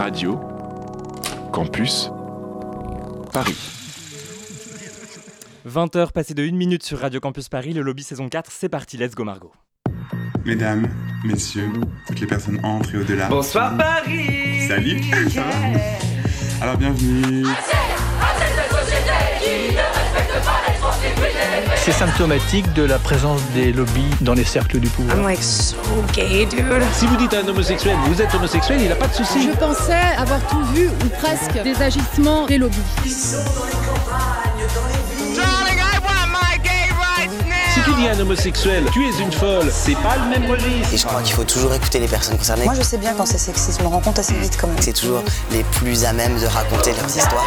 Radio Campus Paris. 20h passées de 1 minute sur Radio Campus Paris, le lobby saison 4, c'est parti, let's go Margot. Mesdames, messieurs, toutes les personnes entrent et au-delà. Bonsoir Paris. Salut. Ça va ? Alors bienvenue. C'est symptomatique de la présence des lobbies dans les cercles du pouvoir. I'm like so gay, dude. Si vous dites à un homosexuel, vous êtes homosexuel, il n'a pas de souci. Je pensais avoir tout vu, ou presque, des agissements des lobbies. Si tu dis à un homosexuel, tu es une folle, c'est pas le même registre. Et je crois qu'il faut toujours écouter les personnes concernées. Moi je sais bien quand c'est sexiste, je me rends compte assez vite quand même. C'est toujours les plus à même de raconter leurs histoires.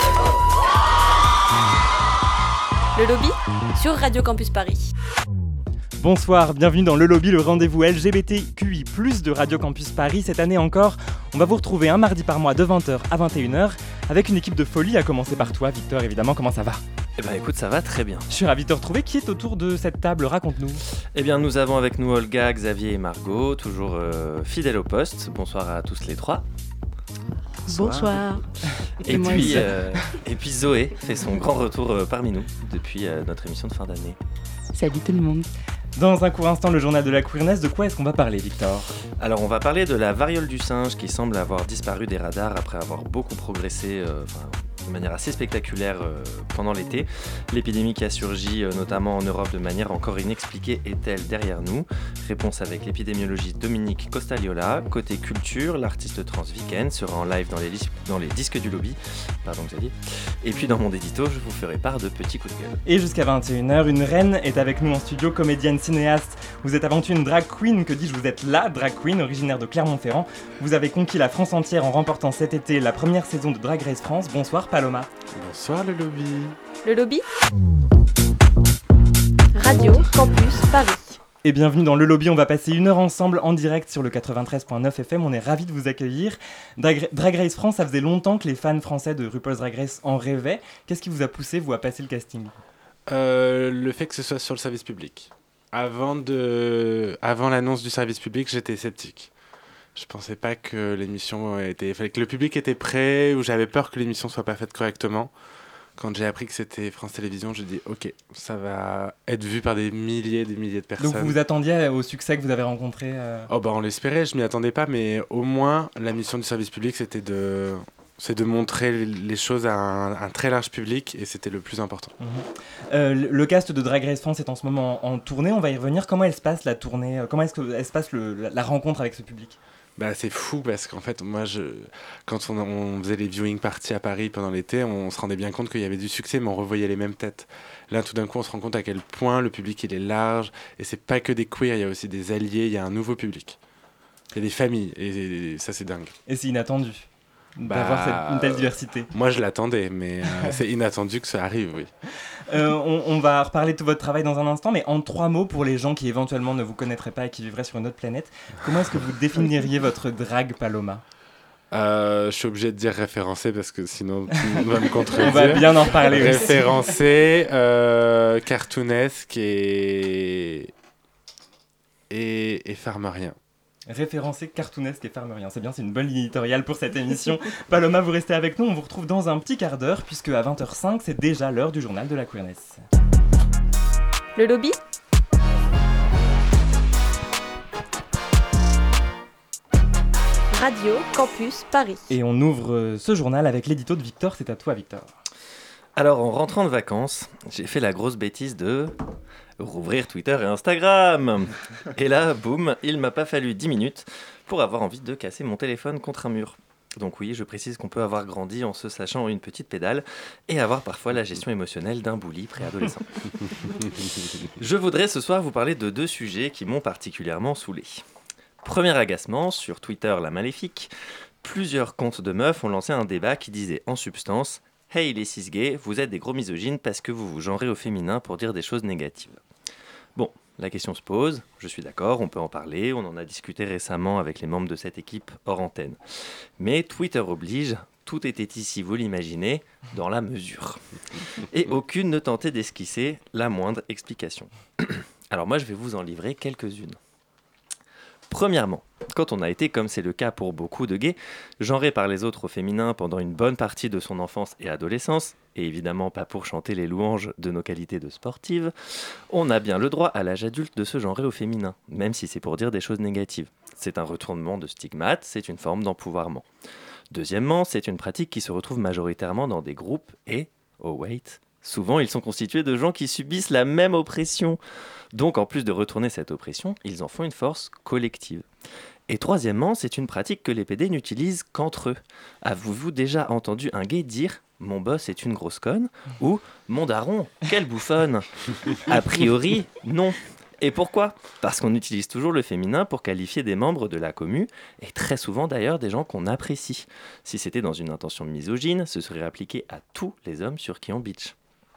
Le lobby sur Radio Campus Paris. Bonsoir, bienvenue dans Le Lobby, le rendez-vous LGBTQI+, de Radio Campus Paris. Cette année encore, on va vous retrouver un mardi par mois de 20h à 21h avec une équipe de folie, à commencer par toi, Victor, évidemment. Comment ça va ? Eh bien écoute, ça va très bien. Je suis ravi de te retrouver. Qui est autour de cette table ? Raconte-nous. Eh bien nous avons avec nous Olga, Xavier et Margot, toujours fidèles au poste. Bonsoir à tous les trois. Bonsoir. Et puis Zoé fait son grand retour parmi nous depuis notre émission de fin d'année. Salut tout le monde. Dans un court instant, le journal de la queerness. De quoi est-ce qu'on va parler, Victor ? Alors on va parler de la variole du singe qui semble avoir disparu des radars après avoir beaucoup progressé de manière assez spectaculaire pendant l'été. L'épidémie qui a surgi notamment en Europe de manière encore inexpliquée est-elle derrière nous ? Réponse avec l'épidémiologiste Dominique Costaliola. Côté culture, l'artiste trans Weekend sera en live dans les disques du lobby. Pardon Xavier. Et puis dans mon édito, je vous ferai part de petits coups de gueule. Et jusqu'à 21h, une reine est avec nous en studio, comédienne, cinéaste. Vous êtes avant tout une drag queen, que dis-je, vous êtes la drag queen, originaire de Clermont-Ferrand. Vous avez conquis la France entière en remportant cet été la première saison de Drag Race France. Bonsoir Paloma. Bonsoir le lobby. Le lobby Radio Campus Paris. Et bienvenue dans Le Lobby, on va passer 1 heure ensemble en direct sur le 93.9 FM, on est ravis de vous accueillir. Drag Race France, ça faisait longtemps que les fans français de RuPaul's Drag Race en rêvaient. Qu'est-ce qui vous a poussé, vous, à passer le casting ? Le fait que ce soit sur le service public. Avant l'annonce du service public, j'étais sceptique. Je pensais pas que l'émission était... Fallait que le public était prêt, ou j'avais peur que l'émission soit pas faite correctement. Quand j'ai appris que c'était France Télévisions, j'ai dit ok, ça va être vu par des milliers de personnes. Donc vous vous attendiez au succès que vous avez rencontré On l'espérait, je m'y attendais pas, mais au moins la mission du service public c'est de montrer les choses à un très large public, et c'était le plus important. Le cast de Drag Race France est en ce moment en tournée, on va y revenir. Comment elle se passe la tournée ? Comment est-ce qu'elle se passe la rencontre avec ce public ? C'est fou parce qu'en fait, moi, quand on faisait les viewing parties à Paris pendant l'été, on se rendait bien compte qu'il y avait du succès, mais on revoyait les mêmes têtes. Là, tout d'un coup, on se rend compte à quel point le public il est large, et c'est pas que des queers, il y a aussi des alliés, il y a un nouveau public. Il y a des familles, et ça, c'est dingue. Et c'est inattendu d'avoir une telle diversité. Moi, je l'attendais, mais c'est inattendu que ça arrive, oui. On va reparler de tout votre travail dans un instant, mais en 3 mots pour les gens qui éventuellement ne vous connaîtraient pas et qui vivraient sur une autre planète, comment est-ce que vous définiriez votre drag, Paloma ? Je suis obligé de dire référencé parce que sinon tout le monde va me contredire. On va bien en reparler aussi. Référencé, cartoonesque et farmerien. Référencé, cartoonesque et farmerien. C'est bien, c'est une bonne ligne éditoriale pour cette émission. Paloma, vous restez avec nous, on vous retrouve dans un petit quart d'heure, puisque à 20h05, c'est déjà l'heure du journal de la queerness. Le lobby Radio Campus Paris. Et on ouvre ce journal avec l'édito de Victor, c'est à toi Victor. Alors en rentrant de vacances, j'ai fait la grosse bêtise de... rouvrir Twitter et Instagram. Et là, boum, il m'a pas fallu 10 minutes pour avoir envie de casser mon téléphone contre un mur. Donc oui, je précise qu'on peut avoir grandi en se sachant une petite pédale et avoir parfois la gestion émotionnelle d'un bully préadolescent. Je voudrais ce soir vous parler de 2 sujets qui m'ont particulièrement saoulé. Premier agacement, sur Twitter la maléfique, plusieurs comptes de meufs ont lancé un débat qui disait en substance « Hey les cis-gays, vous êtes des gros misogynes parce que vous vous genrez au féminin pour dire des choses négatives. » Bon, la question se pose, je suis d'accord, on peut en parler, on en a discuté récemment avec les membres de cette équipe hors antenne. Mais Twitter oblige, tout était ici, vous l'imaginez, dans la mesure. Et aucune ne tentait d'esquisser la moindre explication. Alors moi je vais vous en livrer quelques-unes. Premièrement, quand on a été, comme c'est le cas pour beaucoup de gays, genré par les autres au féminin pendant une bonne partie de son enfance et adolescence, et évidemment pas pour chanter les louanges de nos qualités de sportive, on a bien le droit à l'âge adulte de se genrer au féminin, même si c'est pour dire des choses négatives. C'est un retournement de stigmate, c'est une forme d'empouvoirment. Deuxièmement, c'est une pratique qui se retrouve majoritairement dans des groupes et, oh wait, souvent ils sont constitués de gens qui subissent la même oppression. Donc en plus de retourner cette oppression, ils en font une force collective. Et troisièmement, c'est une pratique que les PD n'utilisent qu'entre eux. Avez-vous déjà entendu un gay dire « mon boss est une grosse conne » ou « mon daron, quelle bouffonne ?» A priori, non. Et pourquoi ? Parce qu'on utilise toujours le féminin pour qualifier des membres de la commu, et très souvent d'ailleurs des gens qu'on apprécie. Si c'était dans une intention misogyne, ce serait appliqué à tous les hommes sur qui on bitch.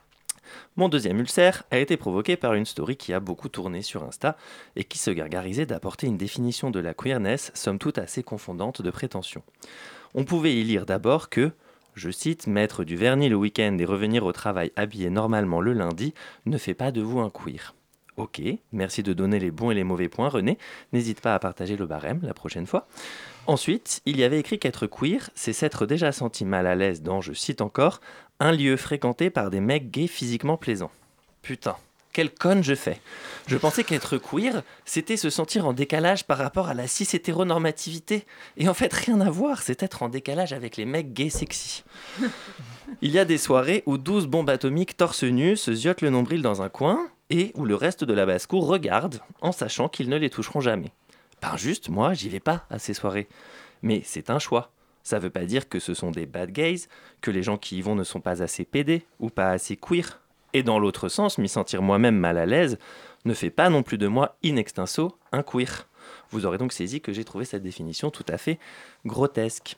Mon deuxième ulcère a été provoqué par une story qui a beaucoup tourné sur Insta et qui se gargarisait d'apporter une définition de la queerness somme toute assez confondante de prétention. On pouvait y lire d'abord que, je cite, « mettre du vernis le week-end et revenir au travail habillé normalement le lundi ne fait pas de vous un queer ». Ok, merci de donner les bons et les mauvais points, René. N'hésite pas à partager le barème la prochaine fois. Ensuite, il y avait écrit qu'être queer, c'est s'être déjà senti mal à l'aise dans, je cite encore, un lieu fréquenté par des mecs gays physiquement plaisants. Putain, quelle conne je fais. Je pensais qu'être queer, c'était se sentir en décalage par rapport à la cis-hétéronormativité. Et en fait, rien à voir, c'est être en décalage avec les mecs gays sexy. Il y a des soirées où 12 bombes atomiques torse nu se ziotent le nombril dans un coin et où le reste de la basse-cour regarde en sachant qu'ils ne les toucheront jamais. Par juste, moi, j'y vais pas à ces soirées. Mais c'est un choix. Ça veut pas dire que ce sont des bad gays, que les gens qui y vont ne sont pas assez pédés ou pas assez queer. Et dans l'autre sens, m'y sentir moi-même mal à l'aise ne fait pas non plus de moi in extenso un queer. Vous aurez donc saisi que j'ai trouvé cette définition tout à fait grotesque.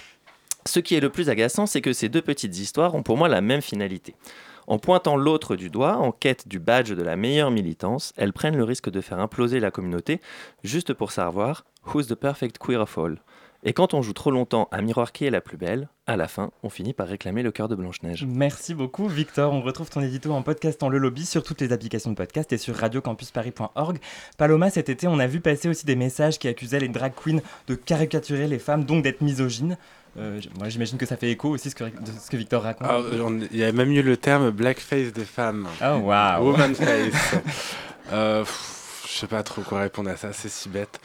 Ce qui est le plus agaçant, c'est que ces deux petites histoires ont pour moi la même finalité. En pointant l'autre du doigt, en quête du badge de la meilleure militance, elles prennent le risque de faire imploser la communauté juste pour savoir « who's the perfect queer of all ?» Et quand on joue trop longtemps à miroir qui est la plus belle, à la fin, on finit par réclamer le cœur de Blanche-Neige. Merci beaucoup Victor, on retrouve ton édito en podcast dans le lobby sur toutes les applications de podcast et sur radiocampusparis.org. Paloma, cet été, on a vu passer aussi des messages qui accusaient les drag queens de caricaturer les femmes, donc d'être misogynes. Moi j'imagine que ça fait écho aussi de ce que Victor raconte. Il y a même eu le terme blackface des femmes. Oh waouh. Woman face. Je sais pas trop quoi répondre à ça, c'est si bête.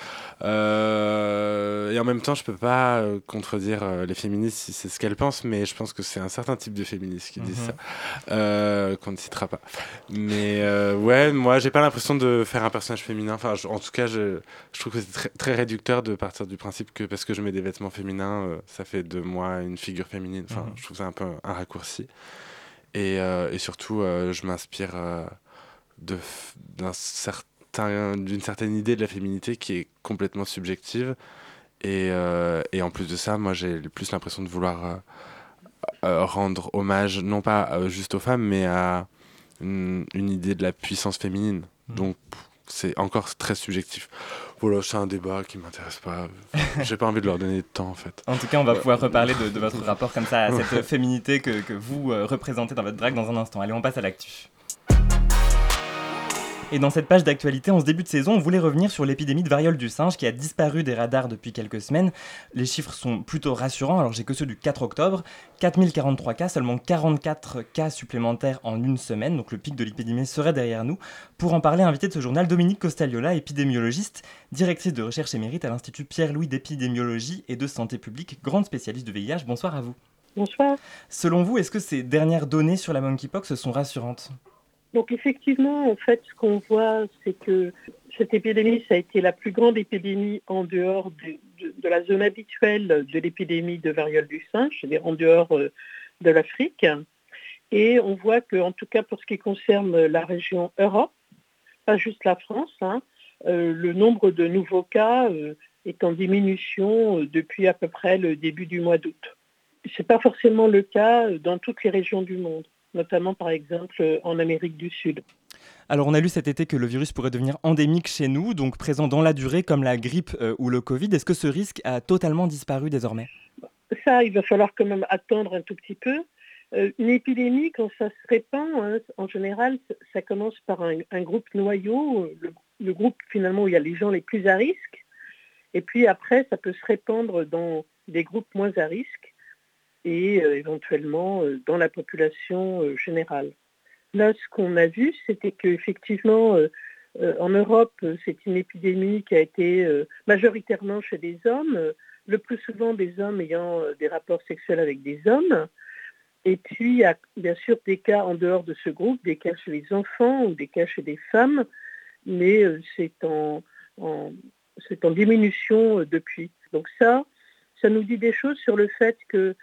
Et en même temps, je peux pas contredire les féministes si c'est ce qu'elles pensent, mais je pense que c'est un certain type de féministes qui disent ça, qu'on ne citera pas. Mais ouais, moi, j'ai pas l'impression de faire un personnage féminin. Enfin, en tout cas, je trouve que c'est très, très réducteur de partir du principe que parce que je mets des vêtements féminins, ça fait de moi une figure féminine. Enfin, je trouve ça un peu un raccourci. Et surtout, je m'inspire d'une certaine idée de la féminité qui est complètement subjective et en plus de ça, moi j'ai plus l'impression de vouloir rendre hommage non pas juste aux femmes mais à une idée de la puissance féminine. Donc c'est encore très subjectif. Voilà, c'est un débat qui m'intéresse pas. J'ai pas envie de leur donner de temps en fait. En tout cas, on va pouvoir reparler de votre rapport comme ça à cette féminité que vous représentez dans votre drague dans un instant. Allez, on passe à l'actu. Et dans cette page d'actualité, en ce début de saison, on voulait revenir sur l'épidémie de variole du singe qui a disparu des radars depuis quelques semaines. Les chiffres sont plutôt rassurants, alors j'ai que ceux du 4 octobre. 4043 cas, seulement 44 cas supplémentaires en une semaine, donc le pic de l'épidémie serait derrière nous. Pour en parler, invité de ce journal, Dominique Costagnola, épidémiologiste, directrice de recherche émérite à l'Institut Pierre-Louis d'épidémiologie et de santé publique, grande spécialiste du VIH. Bonsoir à vous. Bonsoir. Selon vous, est-ce que ces dernières données sur la monkeypox sont rassurantes ? Donc effectivement, en fait, ce qu'on voit, c'est que cette épidémie, ça a été la plus grande épidémie en dehors de la zone habituelle de l'épidémie de variole du singe, c'est-à-dire en dehors de l'Afrique. Et on voit qu'en tout cas pour ce qui concerne la région Europe, pas juste la France, le nombre de nouveaux cas est en diminution depuis à peu près le début du mois d'août. Ce n'est pas forcément le cas dans toutes les régions du monde, notamment par exemple en Amérique du Sud. Alors on a lu cet été que le virus pourrait devenir endémique chez nous, donc présent dans la durée comme la grippe ou le Covid. Est-ce que ce risque a totalement disparu désormais ? Ça, il va falloir quand même attendre un tout petit peu. Une épidémie, quand ça se répand, en général, ça commence par un groupe noyau, le groupe finalement où il y a les gens les plus à risque. Et puis après, ça peut se répandre dans des groupes moins à risque et éventuellement dans la population générale. Là, ce qu'on a vu, c'était qu'effectivement, en Europe, c'est une épidémie qui a été majoritairement chez des hommes, le plus souvent des hommes ayant des rapports sexuels avec des hommes. Et puis, il y a bien sûr des cas en dehors de ce groupe, des cas chez les enfants ou des cas chez des femmes, mais c'est en diminution depuis. Donc ça nous dit des choses sur le fait que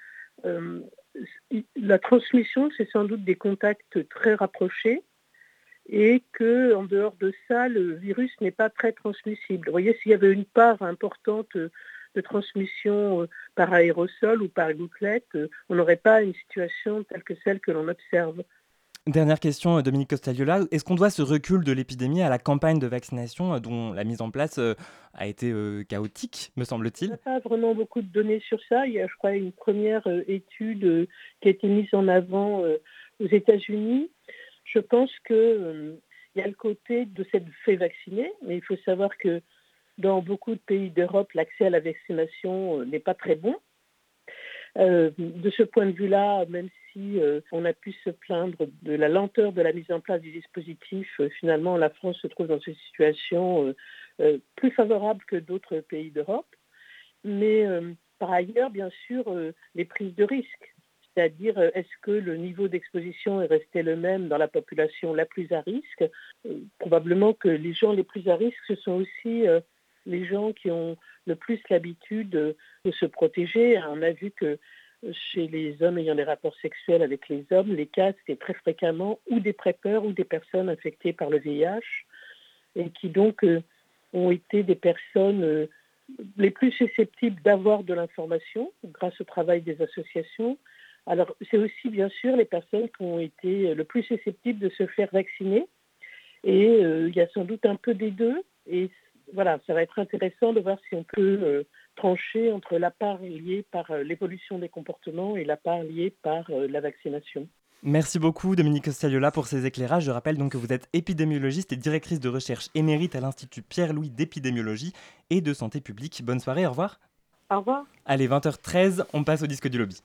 la transmission, c'est sans doute des contacts très rapprochés et qu'en dehors de ça, le virus n'est pas très transmissible. Vous voyez, s'il y avait une part importante de transmission par aérosol ou par gouttelette, on n'aurait pas une situation telle que celle que l'on observe. Dernière question, Dominique Costagliola. Est-ce qu'on doit ce recul de l'épidémie à la campagne de vaccination dont la mise en place a été chaotique, me semble-t-il ? Il n'y a pas vraiment beaucoup de données sur ça. Il y a, je crois, une première étude qui a été mise en avant aux États-Unis. Je pense qu'il y a le côté de s'être fait vacciner, mais il faut savoir que dans beaucoup de pays d'Europe, l'accès à la vaccination n'est pas très bon. De ce point de vue-là, même si on a pu se plaindre de la lenteur de la mise en place du dispositif, finalement la France se trouve dans une situation plus favorable que d'autres pays d'Europe. Mais par ailleurs, bien sûr, les prises de risques, c'est-à-dire est-ce que le niveau d'exposition est resté le même dans la population la plus à risque ? Probablement que les gens les plus à risque, ce sont aussi les gens qui ont le plus l'habitude de se protéger. On a vu que chez les hommes ayant des rapports sexuels avec les hommes, les cas, c'était très fréquemment ou des prêpeurs ou des personnes infectées par le VIH et qui donc ont été des personnes les plus susceptibles d'avoir de l'information grâce au travail des associations. Alors, c'est aussi bien sûr les personnes qui ont été le plus susceptibles de se faire vacciner et il y a sans doute un peu des deux et voilà, ça va être intéressant de voir si on peut trancher entre la part liée par l'évolution des comportements et la part liée par la vaccination. Merci beaucoup Dominique Costagliola pour ces éclairages. Je rappelle donc que vous êtes épidémiologiste et directrice de recherche émérite à l'Institut Pierre-Louis d'épidémiologie et de santé publique. Bonne soirée, au revoir. Au revoir. Allez, 20h13, on passe au disque du lobby.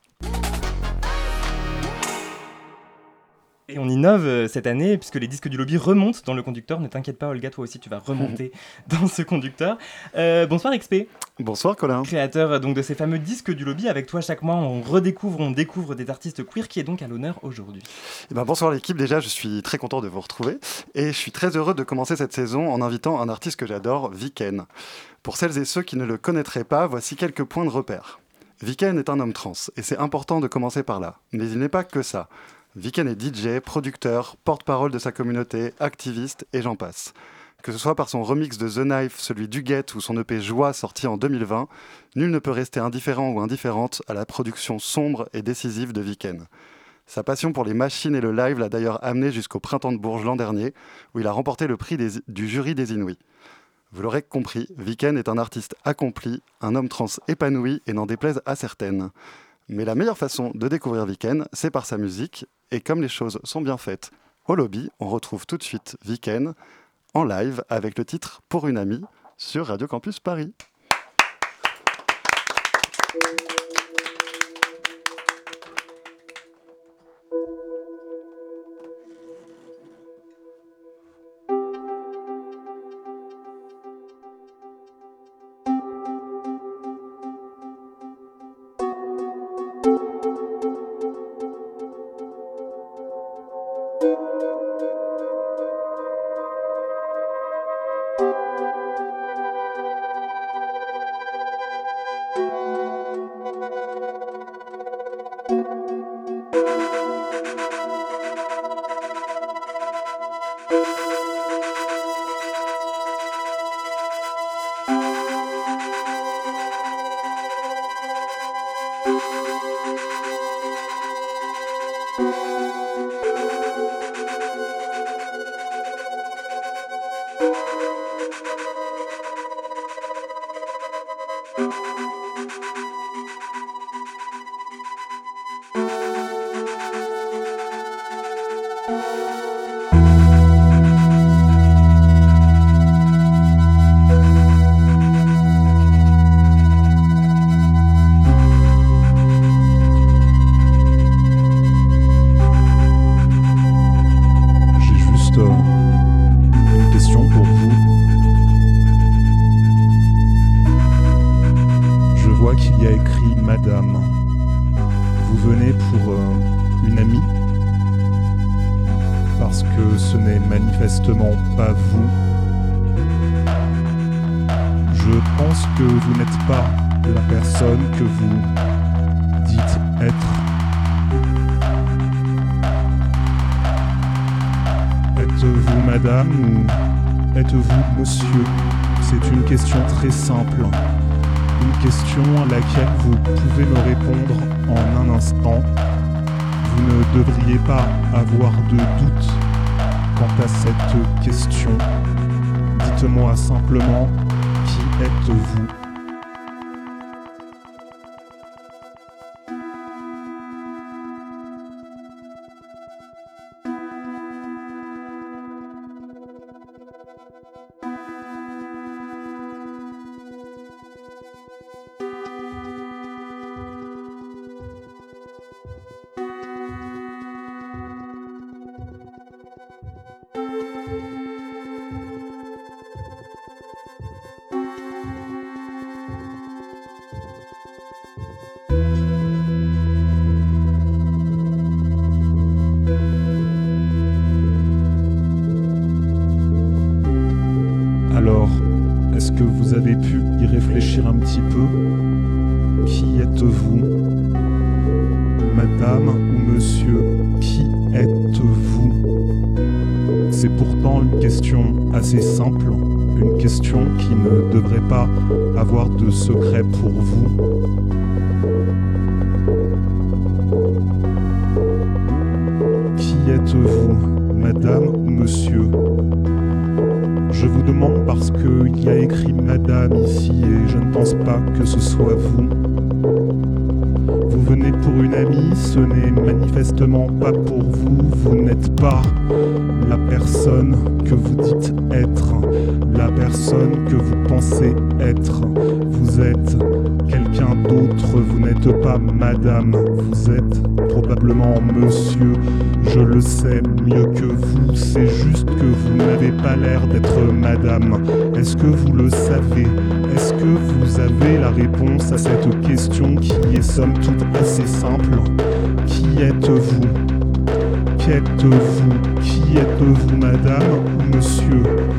Et on innove cette année puisque les disques du lobby remontent dans le conducteur. Ne t'inquiète pas Olga, toi aussi tu vas remonter dans ce conducteur. Bonsoir XP. Bonsoir Colin. Créateur donc de ces fameux disques du lobby. Avec toi chaque mois on découvre des artistes queer. Qui est donc à l'honneur aujourd'hui ? Bonsoir l'équipe, déjà je suis très content de vous retrouver. Et je suis très heureux de commencer cette saison en invitant un artiste que j'adore, Viken. Pour celles et ceux qui ne le connaîtraient pas, voici quelques points de repère. Viken est un homme trans et c'est important de commencer par là. Mais il n'est pas que ça. Viken est DJ, producteur, porte-parole de sa communauté, activiste et j'en passe. Que ce soit par son remix de The Knife, celui d'Huguette ou son EP Joie sorti en 2020, nul ne peut rester indifférent ou indifférente à la production sombre et décisive de Viken. Sa passion pour les machines et le live l'a d'ailleurs amené jusqu'au Printemps de Bourges l'an dernier, où il a remporté le prix du jury des Inouïs. Vous l'aurez compris, Viken est un artiste accompli, un homme trans épanoui et n'en déplaise à certaines. Mais la meilleure façon de découvrir Viken, c'est par sa musique. Et comme les choses sont bien faites au lobby, on retrouve tout de suite Viken en live avec le titre « Pour une amie » sur Radio Campus Paris. y a écrit Madame. Vous venez pour une amie, parce que ce n'est manifestement pas vous. Je pense que vous n'êtes pas la personne que vous dites être. Êtes-vous madame ou êtes-vous monsieur? C'est une question très simple. Une question à laquelle vous pouvez me répondre en un instant. Vous ne devriez pas avoir de doute quant à cette question. Dites-moi simplement, qui êtes-vous ? Alors, est-ce que vous avez pu y réfléchir un petit peu? Qui êtes-vous? Madame ou monsieur, qui êtes-vous? C'est pourtant une question assez simple, une question qui ne devrait pas avoir de secret pour vous. Qui êtes-vous, madame ou monsieur? Je vous demande parce qu'il y a écrit madame ici et je ne pense pas que ce soit vous. Vous venez pour une amie, ce n'est manifestement pas pour vous. Vous n'êtes pas la personne que vous dites être, la personne que vous pensez être. Vous êtes quelqu'un d'autre, vous n'êtes pas madame, vous êtes probablement monsieur. Je le sais mieux que vous, c'est juste que vous n'avez pas l'air d'être madame. Est-ce que vous le savez? Est-ce que vous avez la réponse à cette question qui est somme toute assez simple? Qui êtes-vous? Qu'êtes-vous? Qui êtes-vous, madame ou monsieur?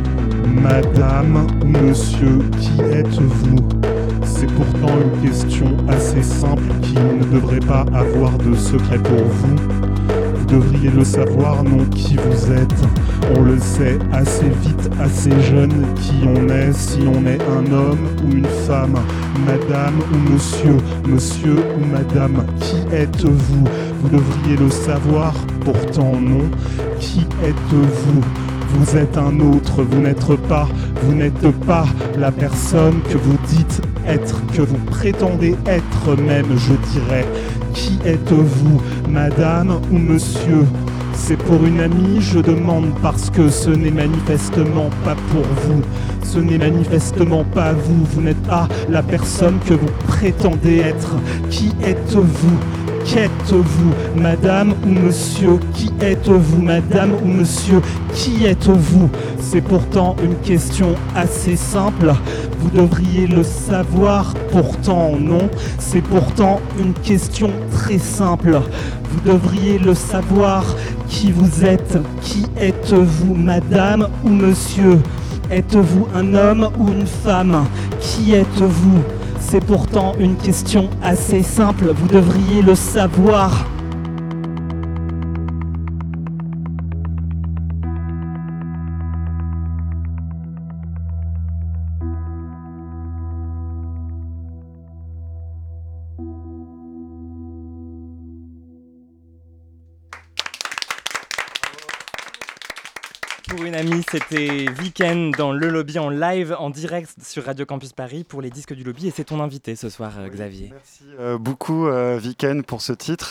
Madame ou monsieur, qui êtes-vous? C'est pourtant une question assez simple qui ne devrait pas avoir de secret pour vous. Vous devriez le savoir, non, qui vous êtes. On le sait assez vite, assez jeune, qui on est, si on est un homme ou une femme, madame ou monsieur, monsieur ou madame. Qui êtes-vous? Vous devriez le savoir, pourtant non. Qui êtes-vous? Vous êtes un autre, vous n'êtes pas la personne que vous dites être, que vous prétendez être même, je dirais. Qui êtes-vous, madame ou monsieur? C'est pour une amie, je demande parce que ce n'est manifestement pas pour vous. Ce n'est manifestement pas vous, vous n'êtes pas la personne que vous prétendez être. Qui êtes-vous? Qu'êtes-vous, madame ou monsieur? Qui êtes-vous, madame ou monsieur? Qui êtes-vous? C'est pourtant une question assez simple. Vous devriez le savoir, pourtant non. C'est pourtant une question très simple. Vous devriez le savoir. Qui vous êtes? Qui êtes-vous, madame ou monsieur? Êtes-vous un homme ou une femme? Qui êtes-vous? C'est pourtant une question assez simple, vous devriez le savoir. Pour une amie, c'était Weekend dans le lobby en live, en direct sur Radio Campus Paris pour les disques du lobby. Et c'est ton invité ce soir, Xavier. Merci beaucoup, Weekend, pour ce titre.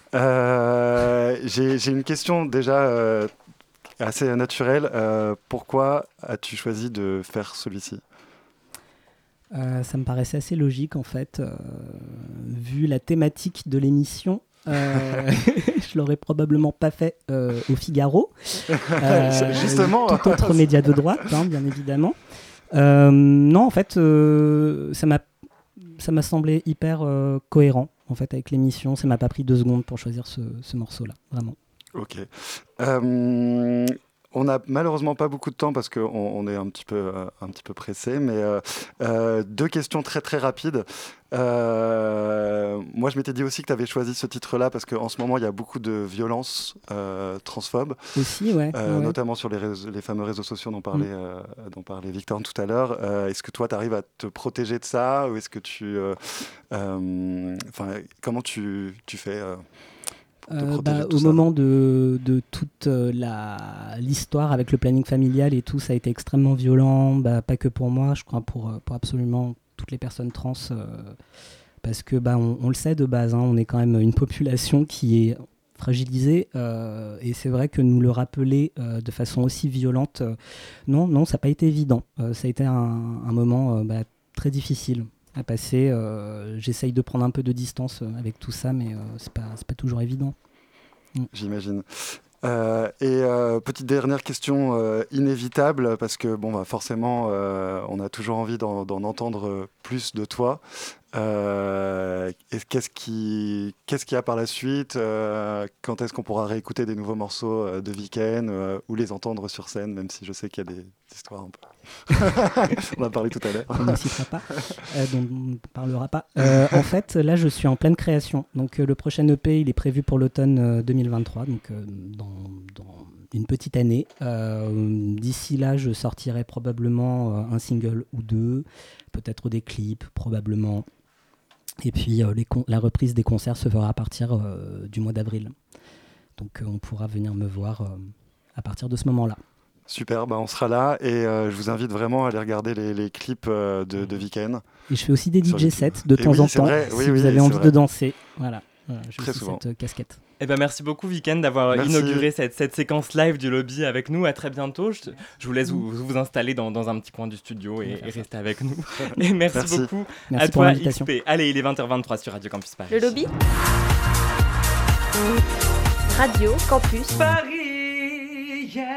J'ai une question déjà assez naturelle. Pourquoi as-tu choisi de faire celui-ci ? Ça me paraissait assez logique en fait, vu la thématique de l'émission. Je l'aurais probablement pas fait au Figaro, justement, tout autre média de droite, hein, bien évidemment. Non, en fait, ça m'a ça m'a semblé hyper cohérent en fait avec l'émission. Ça m'a pas pris 2 secondes pour choisir ce morceau-là, vraiment. Ok. On n'a malheureusement pas beaucoup de temps parce qu'on est un petit peu pressé, mais 2 questions très très rapides. Moi, je m'étais dit aussi que tu avais choisi ce titre-là parce qu'en ce moment, il y a beaucoup de violences transphobes. Aussi, ouais. Notamment sur les fameux réseaux sociaux dont parlait Victor tout à l'heure. Est-ce que toi, tu arrives à te protéger de ça ou est-ce que comment tu fais au moment de toute l'histoire avec le planning familial et tout, ça a été extrêmement violent, pas que pour moi, je crois pour absolument toutes les personnes trans, parce que on le sait de base, hein, on est quand même une population qui est fragilisée, et c'est vrai que nous le rappeler de façon aussi violente, non, ça n'a pas été évident. Ça a été un moment très difficile à passer. J'essaye de prendre un peu de distance avec tout ça, mais c'est pas toujours évident. J'imagine. Petite dernière question inévitable, parce que forcément, on a toujours envie d'en entendre plus de toi. Qu'est-ce qu'il y a par la suite? Quand est-ce qu'on pourra réécouter des nouveaux morceaux de Viken ou les entendre sur scène, même si je sais qu'il y a des histoires un peu... On en a parlé tout à l'heure. On ne citera pas, dont on ne parlera pas. En fait, là, je suis en pleine création. Donc, le prochain EP, il est prévu pour l'automne 2023, donc dans une petite année. D'ici là, je sortirai probablement un single ou 2, peut-être des clips, probablement. Et puis, la reprise des concerts se fera à partir du mois d'avril. Donc, on pourra venir me voir à partir de ce moment-là. Super, on sera là et je vous invite vraiment à aller regarder les clips de Viken. Et je fais aussi des DJ sets de temps en temps, si vous avez envie de danser. Voilà, je Très fais souvent. cette casquette. Merci beaucoup Viken d'avoir inauguré cette séquence live du lobby avec nous. À très bientôt. Je vous laisse vous installer dans un petit coin du studio et rester avec nous. Et merci beaucoup merci à pour toi l'invitation. XP. Allez, il est 20h23 sur Radio Campus Paris. Le lobby. Radio Campus Paris, yeah.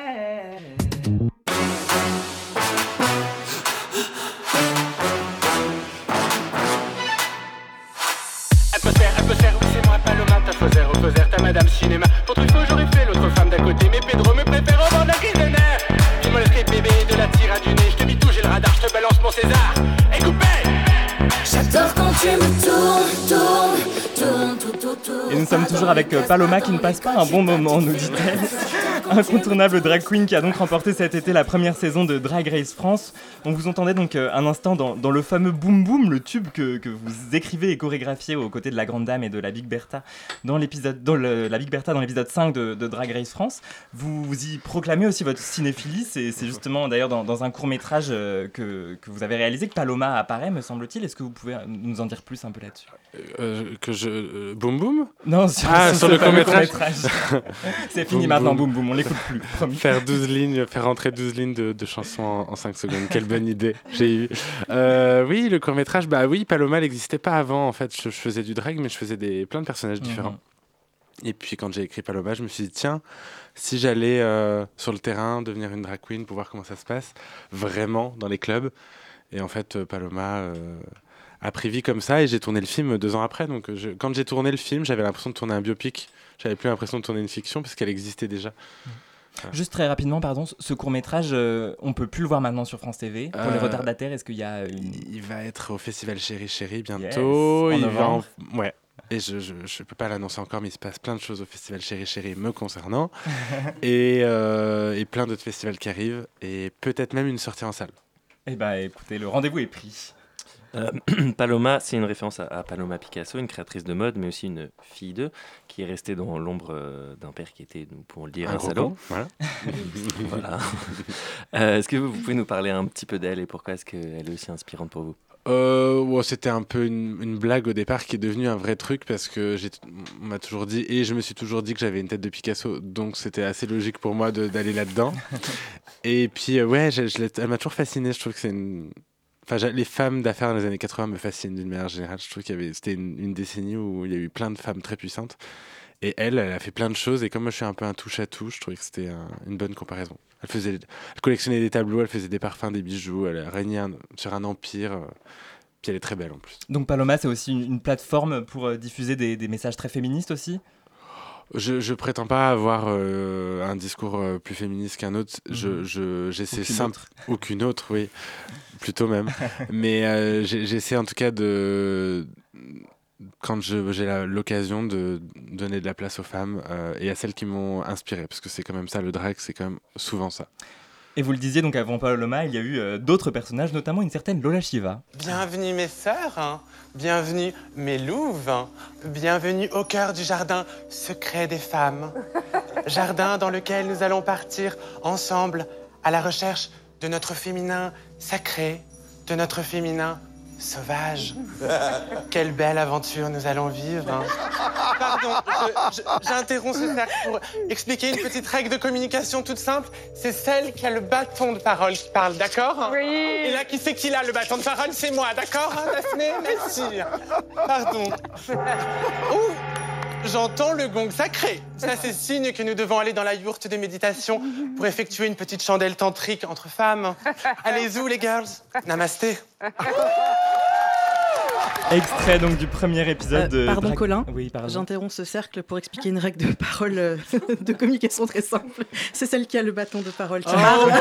Atmosphère, oui c'est moi Paloma, ta faussaire, ta madame cinéma. Pour Truffaut j'aurais fait l'autre femme d'à côté, mais Pedro me préfère au bord de la crise de nerfs. Dis-moi le script bébé, de la tire à du nez, je te bite tout, j'ai le radar, je te balance mon César. Et coupé. J'adore quand tu me tournes. Et nous sommes toujours avec Paloma qui ne passe pas un bon moment, nous dit-elle. Incontournable drag queen qui a donc remporté cet été la première saison de Drag Race France. On vous entendait donc un instant dans le fameux Boom Boom, le tube que vous écrivez et chorégraphiez aux côtés de la Grande Dame et de la Big Bertha dans l'épisode 5 de Drag Race France. Vous y proclamez aussi votre cinéphilie, c'est justement d'ailleurs dans un court-métrage que vous avez réalisé que Paloma apparaît, me semble-t-il. Est-ce que vous pouvez nous en dire plus un peu là-dessus? Boom Boom? Non, sur le court-métrage. C'est fini maintenant, Boom Boom, on l'écoute plus. Promis. Faire rentrer 12 lignes de chansons en 5 secondes. Quelle bonne idée j'ai eu. Oui, le court-métrage, oui, Paloma n'existait pas avant. En fait, je faisais du drag, mais je faisais plein de personnages différents. Et puis, quand j'ai écrit Paloma, je me suis dit, tiens, si j'allais sur le terrain devenir une drag queen pour voir comment ça se passe, vraiment, dans les clubs. Et en fait, Paloma a pris vie comme ça et j'ai tourné le film 2 ans après. Donc, quand j'ai tourné le film, j'avais l'impression de tourner un biopic. J'avais plus l'impression de tourner une fiction parce qu'elle existait déjà. Juste très rapidement, pardon, ce court-métrage, on peut plus le voir maintenant sur France TV. Pour les retardataires, est-ce qu'il y a Il va être au Festival Chéri Chéri bientôt. Yes, en novembre. Ouais. Et je peux pas l'annoncer encore, mais il se passe plein de choses au Festival Chéri Chéri me concernant. et plein d'autres festivals qui arrivent. Et peut-être même une sortie en salle. Eh bien, écoutez, le rendez-vous est pris. Paloma, c'est une référence à Paloma Picasso, une créatrice de mode, mais aussi une fille d'eux, qui est restée dans l'ombre d'un père qui était, nous pouvons le dire, un salaud. Voilà. Voilà. Est-ce que vous pouvez nous parler un petit peu d'elle et pourquoi est-ce qu'elle est aussi inspirante pour vous? C'était un peu une blague au départ qui est devenue un vrai truc parce que on m'a toujours dit, et je me suis toujours dit que j'avais une tête de Picasso, donc c'était assez logique pour moi d'aller là-dedans. Et puis, elle m'a toujours fasciné. Je trouve que c'est les femmes d'affaires dans les années 80 me fascinent d'une manière générale. Je trouve c'était une décennie où il y a eu plein de femmes très puissantes. Et elle a fait plein de choses. Et comme moi, je suis un peu un touche-à-tout, je trouvais que c'était une bonne comparaison. Elle collectionnait des tableaux, elle faisait des parfums, des bijoux. Elle a régné sur un empire. Puis elle est très belle en plus. Donc Paloma, c'est aussi une plateforme pour diffuser des messages très féministes aussi ? Je prétends pas avoir un discours plus féministe qu'un autre. J'essaie aucune autre, oui, plutôt même. Mais j'essaie en tout cas quand j'ai l'occasion de donner de la place aux femmes et à celles qui m'ont inspiré, parce que c'est quand même ça, le drag, c'est quand même souvent ça. Et vous le disiez, donc avant Paloma, il y a eu d'autres personnages, notamment une certaine Lola Shiva. Bienvenue mes sœurs, bienvenue mes louves, bienvenue au cœur du jardin secret des femmes. Jardin dans lequel nous allons partir ensemble à la recherche de notre féminin sacré, de notre féminin sauvage. Quelle belle aventure nous allons vivre. Pardon, j'interromps ce cercle pour expliquer une petite règle de communication toute simple. C'est celle qui a le bâton de parole qui parle, d'accord ? Oui. Et là, qui c'est qui a le bâton de parole ? C'est moi, d'accord, Daphné ? Merci. Pardon. Ouh, j'entends le gong sacré. Ça, c'est signe que nous devons aller dans la yourte de méditation pour effectuer une petite chandelle tantrique entre femmes. Allez-y, les girls. Namasté. Extrait donc du premier épisode de... Pardon Colin, oui, pardon. J'interromps ce cercle pour expliquer une règle de parole de communication très simple. C'est celle qui a le bâton de parole qui parle.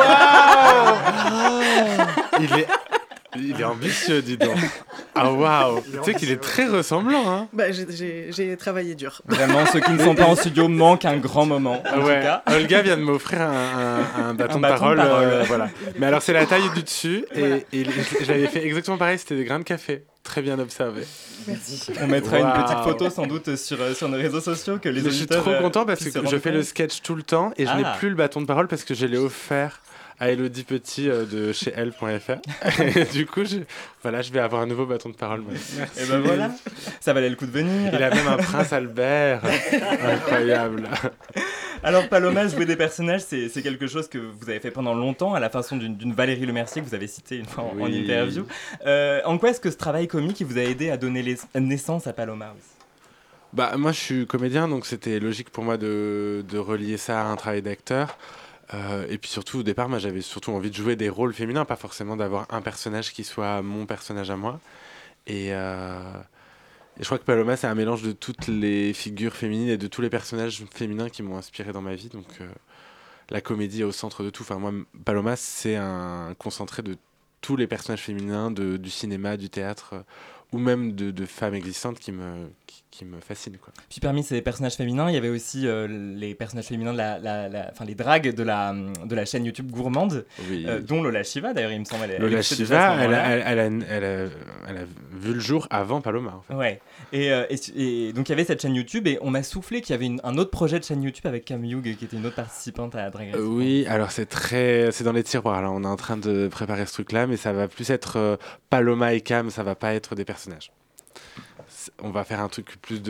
Il est ambitieux, dis donc. Ah waouh. Tu sais qu'il est très ressemblant, hein. Bah, j'ai travaillé dur. Vraiment, ceux qui ne sont pas en studio manquent un grand moment. En tout cas. Olga vient de m'offrir un bâton de parole. Voilà. Mais alors, c'est la taille du dessus. Et je l'avais fait exactement pareil, c'était des grains de café. Très bien observé. Merci. On mettra une petite photo sans doute sur nos réseaux sociaux que les auditeurs... Je suis trop content parce que je fais le sketch tout le temps et je n'ai plus le bâton de parole parce que je l'ai offert à Elodie Petit de chez elle.fr. Et du coup, je vais avoir un nouveau bâton de parole. Merci. Et ben voilà, ça valait le coup de venir. Il a même un prince Albert. Incroyable. Alors Paloma, jouer des personnages, c'est quelque chose que vous avez fait pendant longtemps, à la façon d'une Valérie Lemercier que vous avez citée une fois en interview. En quoi est-ce que ce travail comique vous a aidé à donner naissance à Paloma aussi ? Bah, moi, je suis comédien, donc c'était logique pour moi de relier ça à un travail d'acteur. Et puis surtout, au départ, moi, j'avais surtout envie de jouer des rôles féminins, pas forcément d'avoir un personnage qui soit mon personnage à moi. Et je crois que Paloma, c'est un mélange de toutes les figures féminines et de tous les personnages féminins qui m'ont inspiré dans ma vie. Donc, la comédie est au centre de tout. Enfin, moi, Paloma, c'est un concentré de tous les personnages féminins du cinéma, du théâtre, ou même de femmes existantes qui me fascinent, quoi. Puis parmi ces personnages féminins, il y avait aussi les personnages féminins les dragues de la chaîne YouTube Gourmande, dont Lola Shiva d'ailleurs, il me semble. Lola Shiva, elle a vu le jour avant Paloma, en fait. Ouais. Et donc il y avait cette chaîne YouTube et on m'a soufflé qu'il y avait un autre projet de chaîne YouTube avec Cam Hughes qui était une autre participante à Drag Race. Oui, alors c'est dans les tiroirs. Là, on est en train de préparer ce truc-là, mais ça va plus être Paloma et Cam, ça va pas être des personnages. On va faire un truc plus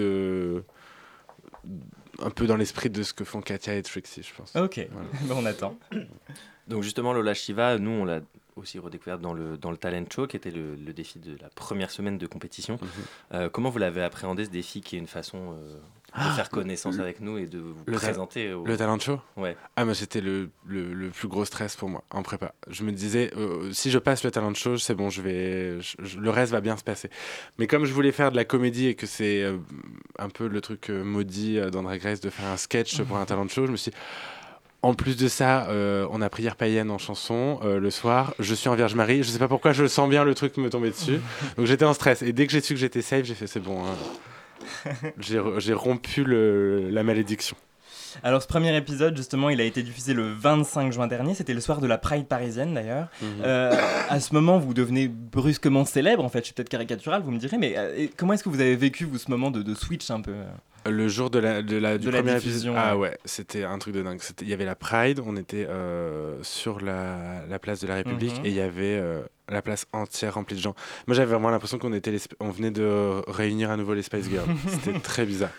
un peu dans l'esprit de ce que font Katia et Trixie, je pense. Ok, voilà. On attend. Donc justement, Lola Shiva, nous on l'a aussi redécouverte dans le talent show qui était le défi de la première semaine de compétition. Comment vous l'avez appréhendé, ce défi qui est une façon de faire connaissance avec nous et de vous présenter le talent show? Ouais. Ah, mais c'était le plus gros stress pour moi en prépa. Je me disais, si je passe le talent show, c'est bon, le reste va bien se passer. Mais comme je voulais faire de la comédie et que c'est un peu le truc maudit dans Drag Race de faire un sketch pour un talent show, je me suis dit, en plus de ça, on a prière païenne en chanson le soir. Je suis en Vierge Marie. Je sais pas pourquoi je sens bien le truc me tomber dessus. Donc j'étais en stress. Et dès que j'ai su que j'étais safe, j'ai fait c'est bon. Hein. J'ai rompu la malédiction. Alors ce premier épisode, justement, il a été diffusé le 25 juin dernier. C'était le soir de la Pride parisienne, d'ailleurs. À ce moment, vous devenez brusquement célèbre. En fait, je suis peut-être caricatural, vous me direz. Mais comment est-ce que vous avez vécu, vous, ce moment de switch un peu le jour du premier diffusion, épisode. Ah ouais, c'était un truc de dingue. Il y avait la Pride, on était sur la place de la République et il y avait la place entière remplie de gens. Moi, j'avais vraiment l'impression qu'on venait de réunir à nouveau les Spice Girls. C'était très bizarre.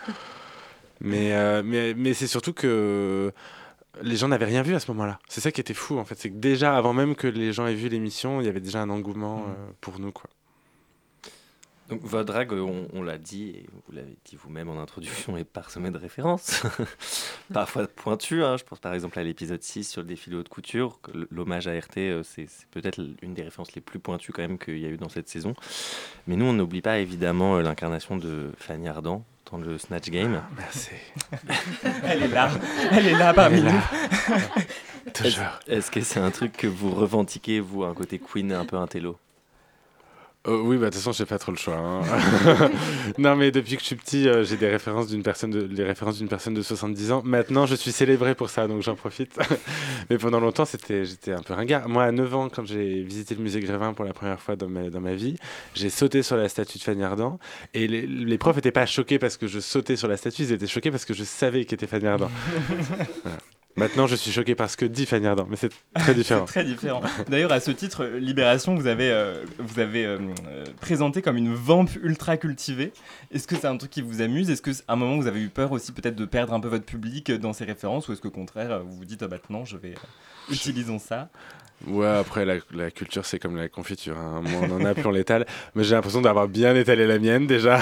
Mais c'est surtout que les gens n'avaient rien vu à ce moment-là. C'est ça qui était fou, en fait. C'est que déjà, avant même que les gens aient vu l'émission, il y avait déjà un engouement pour nous, quoi. Donc votre drague, on l'a dit, et vous l'avez dit vous-même en introduction, est parsemée de références, parfois pointues. Je pense par exemple à l'épisode 6 sur le défilé haute couture. L'hommage à RT, c'est peut-être une des références les plus pointues quand même qu'il y a eu dans cette saison. Mais nous, on n'oublie pas évidemment l'incarnation de Fanny Ardant dans le Snatch Game. Merci. Elle est là parmi nous. Toujours. Est-ce que c'est un truc que vous revendiquez, vous, un côté queen un peu intello? Oui, de toute façon, j'ai pas trop le choix. Non, mais depuis que je suis petit, j'ai des références d'une personne de 70 ans. Maintenant, je suis célébré pour ça, donc j'en profite. Mais pendant longtemps, j'étais un peu ringard. Moi, à 9 ans, quand j'ai visité le musée Grévin pour la première fois dans ma vie, j'ai sauté sur la statue de Fanny Ardant. Et les profs n'étaient pas choqués parce que je sautais sur la statue, ils étaient choqués parce que je savais qu'était Fanny Ardant. Voilà. Maintenant, je suis choqué par ce que dit Fanny Ardant, mais c'est très différent. C'est très différent. D'ailleurs, à ce titre, Libération, vous avez présenté comme une vamp ultra cultivée. Est-ce que c'est un truc qui vous amuse? Est-ce qu'à un moment, vous avez eu peur aussi peut-être de perdre un peu votre public dans ces références? Ou est-ce qu'au contraire, vous vous dites, non, utilisons ça? Ouais, après, la culture, c'est comme la confiture. Moi, on en a, plus on l'étale. Mais j'ai l'impression d'avoir bien étalé la mienne, déjà.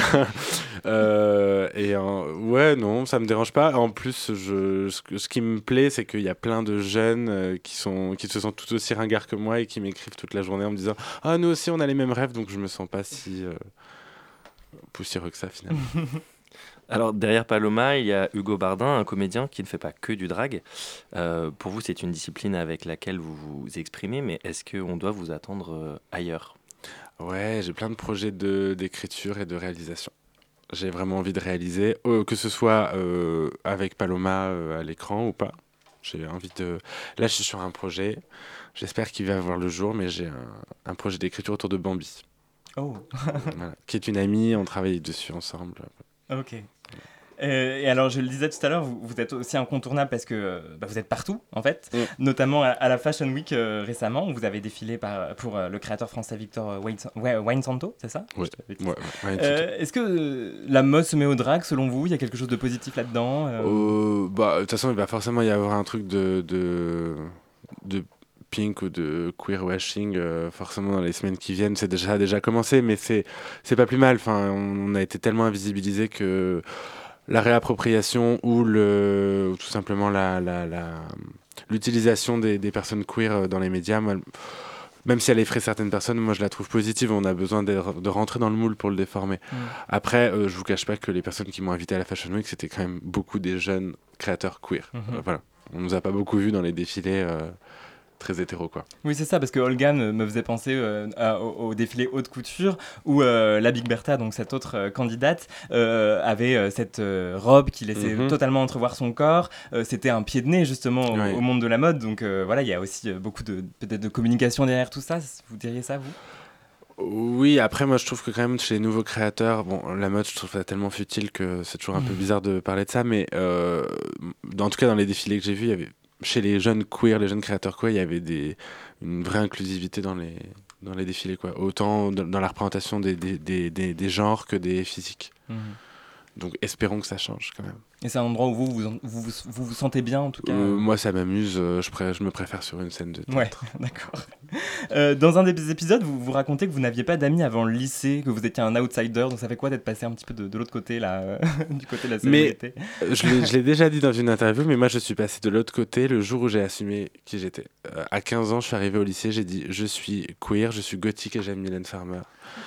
Ouais, non, ça me dérange pas. En plus, ce qui me plaît, c'est qu'il y a plein de jeunes qui se sentent tout aussi ringards que moi et qui m'écrivent toute la journée en me disant « Ah, nous aussi, on a les mêmes rêves », donc je me sens pas si poussiéreux que ça, finalement. Alors, derrière Paloma, il y a Hugo Bardin, un comédien qui ne fait pas que du drag. Pour vous, c'est une discipline avec laquelle vous vous exprimez, mais est-ce qu'on doit vous attendre ailleurs? Ouais, j'ai plein de projets d'écriture et de réalisation. J'ai vraiment envie de réaliser, que ce soit avec Paloma à l'écran ou pas. J'ai envie de... Là, je suis sur un projet, j'espère qu'il va voir le jour, mais j'ai un projet d'écriture autour de Bambi. Oh. Voilà, qui est une amie, on travaille dessus ensemble. Ok. Et alors, je le disais tout à l'heure, vous êtes aussi incontournable parce que vous êtes partout, en fait, notamment à la Fashion Week récemment, où vous avez défilé pour le créateur français Victor Weinsanto, c'est ça? Oui. Est-ce que la mode se met au drag, selon vous? Il y a quelque chose de positif là-dedans? De toute façon, il va forcément y avoir un truc de pink ou de queer-washing forcément dans les semaines qui viennent. C'est déjà commencé, mais c'est pas plus mal. Enfin, on a été tellement invisibilisés que la réappropriation ou tout simplement l'utilisation des personnes queer dans les médias, même si elle effraie certaines personnes, moi je la trouve positive. On a besoin de rentrer dans le moule pour le déformer. Après, je vous cache pas que les personnes qui m'ont invité à la Fashion Week, c'était quand même beaucoup des jeunes créateurs queer. Voilà. On nous a pas beaucoup vus dans les défilés très hétéro, quoi. Oui, c'est ça, parce que Olga me faisait penser au défilé haute couture où la Big Bertha, donc cette autre candidate, avait cette robe qui laissait totalement entrevoir son corps. C'était un pied de nez, justement, au monde de la mode. Donc voilà, il y a aussi beaucoup peut-être de communication derrière tout ça. Vous diriez ça, vous? Oui, après, moi, je trouve que quand même, chez les nouveaux créateurs, la mode, je trouve ça tellement futile que c'est toujours un peu bizarre de parler de ça, mais en tout cas, dans les défilés que j'ai vus, il y avait... Chez les jeunes queer, les jeunes créateurs queer, il y avait une vraie inclusivité dans les défilés, quoi. Autant dans la représentation des genres que des physiques. Donc espérons que ça change quand même. Et c'est un endroit où vous sentez bien, en tout cas Moi, ça m'amuse. Je me préfère sur une scène de théâtre. Ouais, d'accord. Dans un des épisodes, vous racontez que vous n'aviez pas d'amis avant le lycée, que vous étiez un outsider. Donc ça fait quoi d'être passé un petit peu de l'autre côté, là, du côté de la célébrité? Mais je l'ai déjà dit dans une interview, mais moi, je suis passé de l'autre côté le jour où j'ai assumé qui j'étais. À 15 ans, je suis arrivé au lycée, j'ai dit « Je suis queer, je suis gothique et j'aime Mylène Farmer ».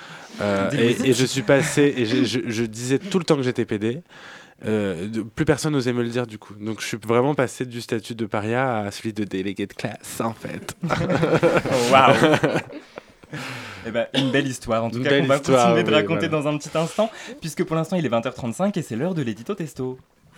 Et je suis passé, et je disais tout le temps que j'étais PD. Plus personne n'osait me le dire du coup. Donc je suis vraiment passé du statut de paria à celui de délégué de classe en fait. Waouh. Eh ben, une belle histoire en tout cas qu'on va continuer de raconter dans un petit instant, puisque pour l'instant il est 20h35 et c'est l'heure de l'édito testo.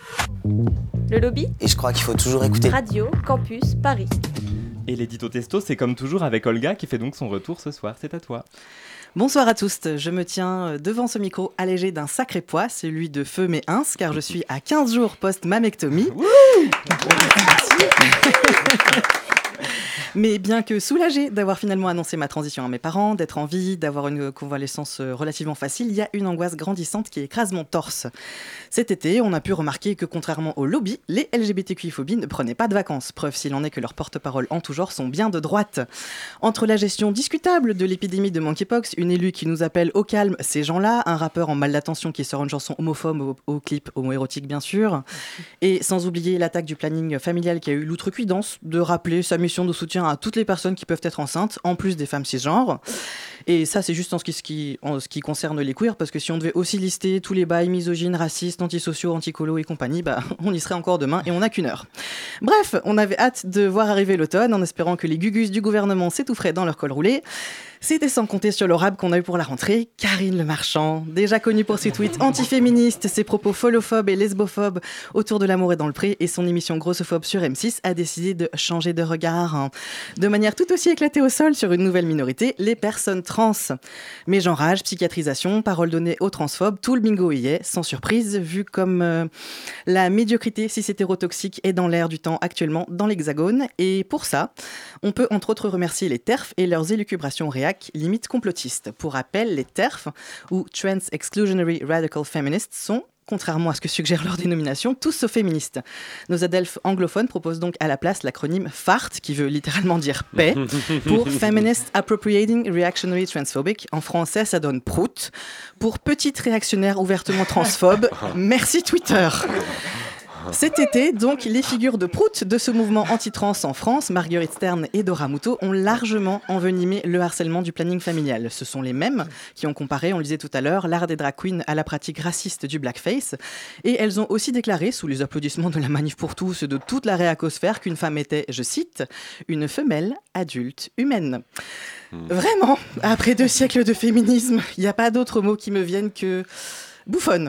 Le lobby. Et je crois qu'il faut toujours écouter Radio Campus Paris. Et l'édito testo, c'est comme toujours avec Olga qui fait donc son retour ce soir. C'est à toi. Bonsoir à tous, je me tiens devant ce micro allégé d'un sacré poids, celui de feu mais ins, car je suis à 15 jours post-mammectomie. Mais bien que soulagée d'avoir finalement annoncé ma transition à mes parents, d'être en vie, d'avoir une convalescence relativement facile, il y a une angoisse grandissante qui écrase mon torse. Cet été, on a pu remarquer que contrairement au lobby, les LGBTQI-phobies ne prenaient pas de vacances. Preuve s'il en est que leurs porte-parole en tout genre sont bien de droite. Entre la gestion discutable de l'épidémie de monkeypox, une élue qui nous appelle au calme ces gens-là, un rappeur en mal d'attention qui sort une chanson homophobe au clip homo-érotique bien sûr, et sans oublier l'attaque du planning familial qui a eu l'outrecuidance de rappeler sa mission de soutien à toutes les personnes qui peuvent être enceintes, en plus des femmes cisgenres. Et ça, c'est juste en ce qui concerne les queers, parce que si on devait aussi lister tous les bails misogynes, racistes, antisociaux, anticolos et compagnie, on y serait encore demain et on n'a qu'1 heure. Bref, on avait hâte de voir arriver l'automne en espérant que les gugus du gouvernement s'étoufferaient dans leur col roulé. C'était sans compter sur l'orable qu'on a eu pour la rentrée, Karine Le Marchand. Déjà connue pour ses tweets antiféministes, ses propos folophobes et lesbophobes autour de l'amour et dans le pré, et son émission grossophobe sur M6 a décidé de changer de regard. De manière tout aussi éclatée au sol sur une nouvelle minorité, les personnes trans. Mais j'enrage, psychiatrisation, paroles données aux transphobes, tout le bingo y est, sans surprise, vu comme la médiocrité cis-hétérotoxique est dans l'air du temps actuellement dans l'Hexagone. Et pour ça, on peut entre autres remercier les TERF et leurs élucubrations réac limite complotistes. Pour rappel, les TERF, ou Trans Exclusionary Radical Feminists, sont, contrairement à ce que suggère leur dénomination, tous sauf féministes. Nos adelphes anglophones proposent donc à la place l'acronyme FART, qui veut littéralement dire paix, pour Feminist Appropriating Reactionary Transphobic. En français, ça donne prout. Pour petite réactionnaire ouvertement transphobe, merci Twitter. Cet été, donc, les figures de prout de ce mouvement anti-trans en France, Marguerite Stern et Dora Muto, ont largement envenimé le harcèlement du planning familial. Ce sont les mêmes qui ont comparé, on le disait tout à l'heure, l'art des drag queens à la pratique raciste du blackface. Et elles ont aussi déclaré, sous les applaudissements de la Manif pour tous et de toute la réacosphère, qu'une femme était, je cite, « une femelle adulte humaine ». Vraiment, après 2 siècles de féminisme, il n'y a pas d'autres mots qui me viennent que bouffonne.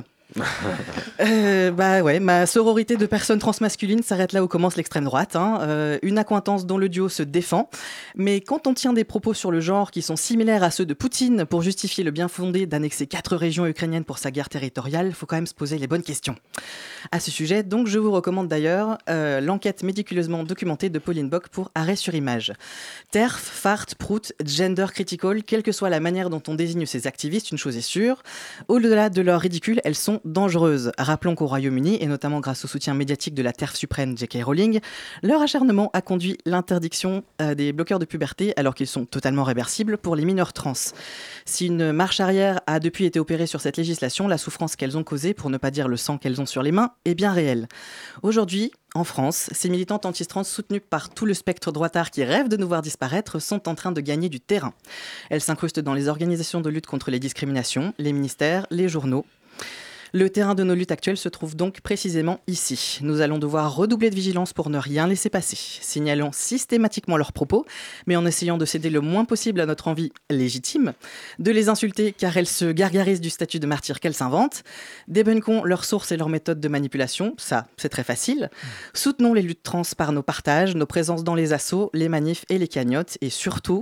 Ma sororité de personnes transmasculines s'arrête là où commence l'extrême droite. Une accointance dont le duo se défend. Mais quand on tient des propos sur le genre qui sont similaires à ceux de Poutine pour justifier le bien fondé d'annexer 4 régions ukrainiennes pour sa guerre territoriale, il faut quand même se poser les bonnes questions. À ce sujet, donc, je vous recommande d'ailleurs l'enquête méticuleusement documentée de Pauline Bock pour Arrêt sur Image. TERF, fart, prout, gender critical, quelle que soit la manière dont on désigne ces activistes, une chose est sûre, au-delà de leur ridicule, elles sont dangereuses. Rappelons qu'au Royaume-Uni, et notamment grâce au soutien médiatique de la TERF suprême J.K. Rowling, leur acharnement a conduit l'interdiction des bloqueurs de puberté alors qu'ils sont totalement réversibles pour les mineurs trans. Si une marche arrière a depuis été opérée sur cette législation, la souffrance qu'elles ont causée, pour ne pas dire le sang qu'elles ont sur les mains, est bien réelle. Aujourd'hui, en France, ces militantes anti-trans soutenues par tout le spectre droitard qui rêve de nous voir disparaître sont en train de gagner du terrain. Elles s'incrustent dans les organisations de lutte contre les discriminations, les ministères, les journaux. Le terrain de nos luttes actuelles se trouve donc précisément ici. Nous allons devoir redoubler de vigilance pour ne rien laisser passer. Signalons systématiquement leurs propos, mais en essayant de céder le moins possible à notre envie légitime, de les insulter car elles se gargarisent du statut de martyr qu'elles s'inventent, débunkons leurs sources et leurs méthodes de manipulation, ça c'est très facile, soutenons les luttes trans par nos partages, nos présences dans les assos, les manifs et les cagnottes, et surtout,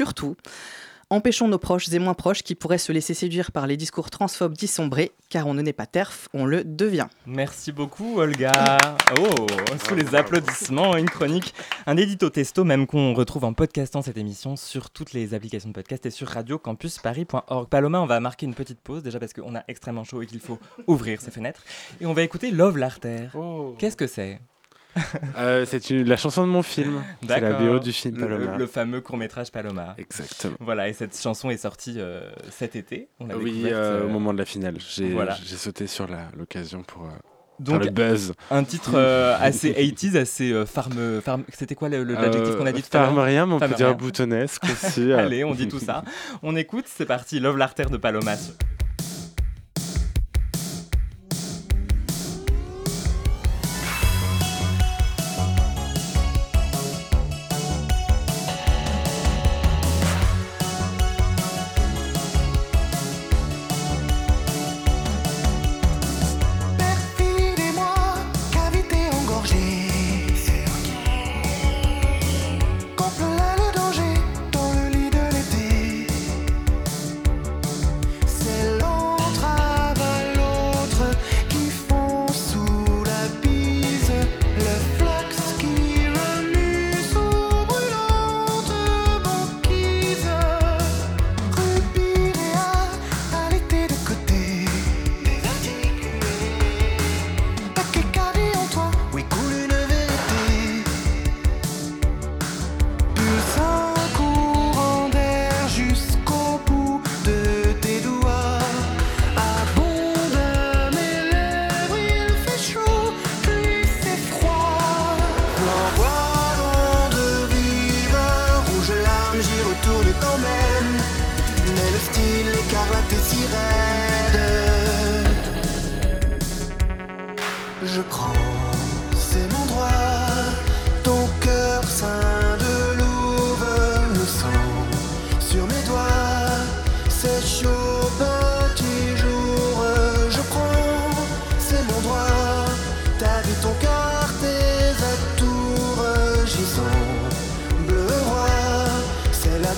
empêchons nos proches et moins proches qui pourraient se laisser séduire par les discours transphobes dissombrés, car on ne n'est pas TERF, on le devient. Merci beaucoup Olga. Sous les applaudissements, une chronique, un édito testo même qu'on retrouve en podcastant cette émission sur toutes les applications de podcast et sur radiocampusparis.org. Paloma, on va marquer une petite pause déjà parce qu'on a extrêmement chaud et qu'il faut ouvrir ses fenêtres. Et on va écouter Love Larter. Qu'est-ce que c'est ? C'est la chanson de mon film. C'est la BO du film Paloma. Le fameux court-métrage Paloma. Exactement. Voilà, et cette chanson est sortie cet été. Au moment de la finale. J'ai sauté sur l'occasion pour donc, faire le buzz. Un titre assez 80s, assez farm. C'était quoi l'adjectif qu'on a dit tout à l'heure ? Farmerien, mais on peut dire boutonnesque aussi. Allez, on dit tout ça. On écoute, c'est parti. Love Larter de Paloma. C'est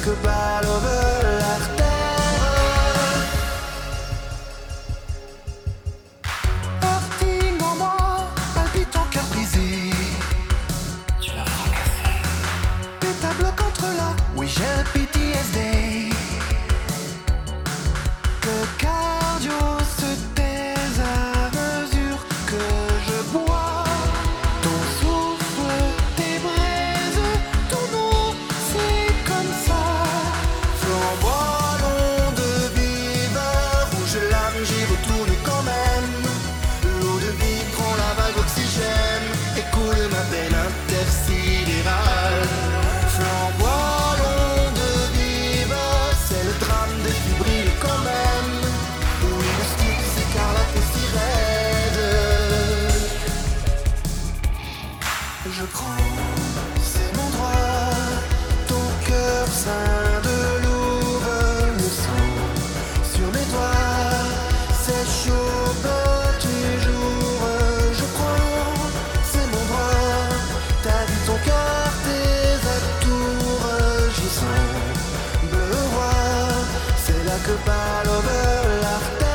que Paloma l'artère. Hearting en moi, palpite en cœur brisé. Tu l'as fracassé. Péta bloc entre là, oui j'ai le PTSD. Que cardio se taise à mesure que je bois. Ton souffle, tes braises, ton nom, c'est comme ça. Flamboyant de viveur, rouge lame, j'y retourne quand même. L'eau de vie prend la vague d'oxygène et coule ma peine intersidérale. Flamboyant de viveur, c'est le drame de fibrile quand même. Oui, le style s'écarlate et si raide. Je prends, c'est mon droit, ton cœur saint de louve, le sang sur mes doigts, c'est chaud petit jour. Je prends, c'est mon droit, ta vie, ton cœur, tes atours, j'y sens bleu roi, c'est là que Paloma l'artère.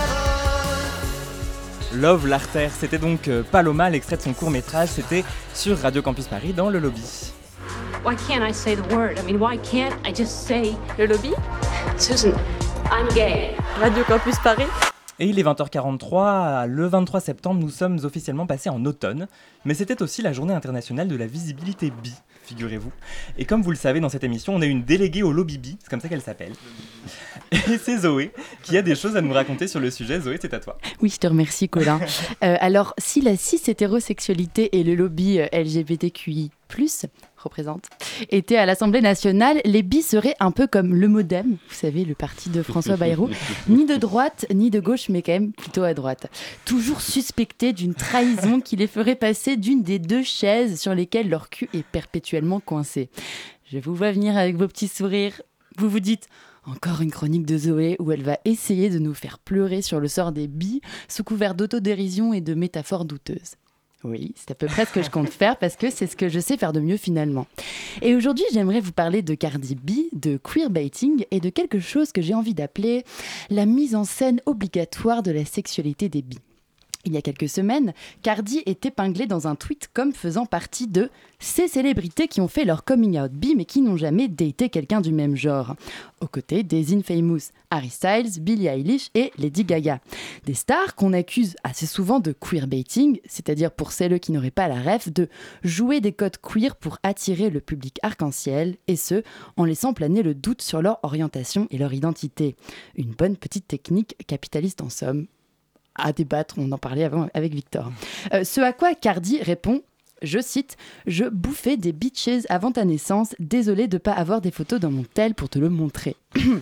Love l'artère, c'était donc Paloma, l'extrait de son court-métrage, c'était sur Radio Campus Paris dans Le Lobby. Why can't I say the word? I mean, why can't I just say Le Lobby? Susan, I'm gay. Radio Campus Paris. Et il est 20h43, le 23 septembre, nous sommes officiellement passés en automne, mais c'était aussi la journée internationale de la visibilité bi, figurez-vous. Et comme vous le savez, dans cette émission, on a une déléguée au lobby bi, c'est comme ça qu'elle s'appelle. Et c'est Zoé qui a des choses à nous raconter sur le sujet. Zoé, c'est à toi. Oui, je te remercie, Colin. Alors, si la cis-hétérosexualité et le lobby LGBTQI+, représente, étaient à l'Assemblée nationale, les bis seraient un peu comme le MoDem, vous savez, le parti de François Bayrou, ni de droite, ni de gauche, mais quand même plutôt à droite. Toujours suspectés d'une trahison qui les ferait passer d'une des deux chaises sur lesquelles leur cul est perpétuellement coincé. Je vous vois venir avec vos petits sourires. Vous vous dites... Encore une chronique de Zoé où elle va essayer de nous faire pleurer sur le sort des bi sous couvert d'autodérision et de métaphores douteuses. Oui, c'est à peu près ce que je compte faire parce que c'est ce que je sais faire de mieux finalement. Et aujourd'hui, j'aimerais vous parler de Cardi B, de queerbaiting et de quelque chose que j'ai envie d'appeler la mise en scène obligatoire de la sexualité des bi. Il y a quelques semaines, Cardi est épinglée dans un tweet comme faisant partie de ces célébrités qui ont fait leur coming out bi mais qui n'ont jamais daté quelqu'un du même genre, aux côtés des infamous Harry Styles, Billie Eilish et Lady Gaga. Des stars qu'on accuse assez souvent de queerbaiting, c'est-à-dire pour celles qui n'auraient pas la ref, de jouer des codes queer pour attirer le public arc-en-ciel, et ce, en laissant planer le doute sur leur orientation et leur identité. Une bonne petite technique capitaliste en somme. À débattre, on en parlait avant avec Victor. Ce à quoi Cardi répond, je cite, « Je bouffais des bitches avant ta naissance, désolée de ne pas avoir des photos dans mon tel pour te le montrer. »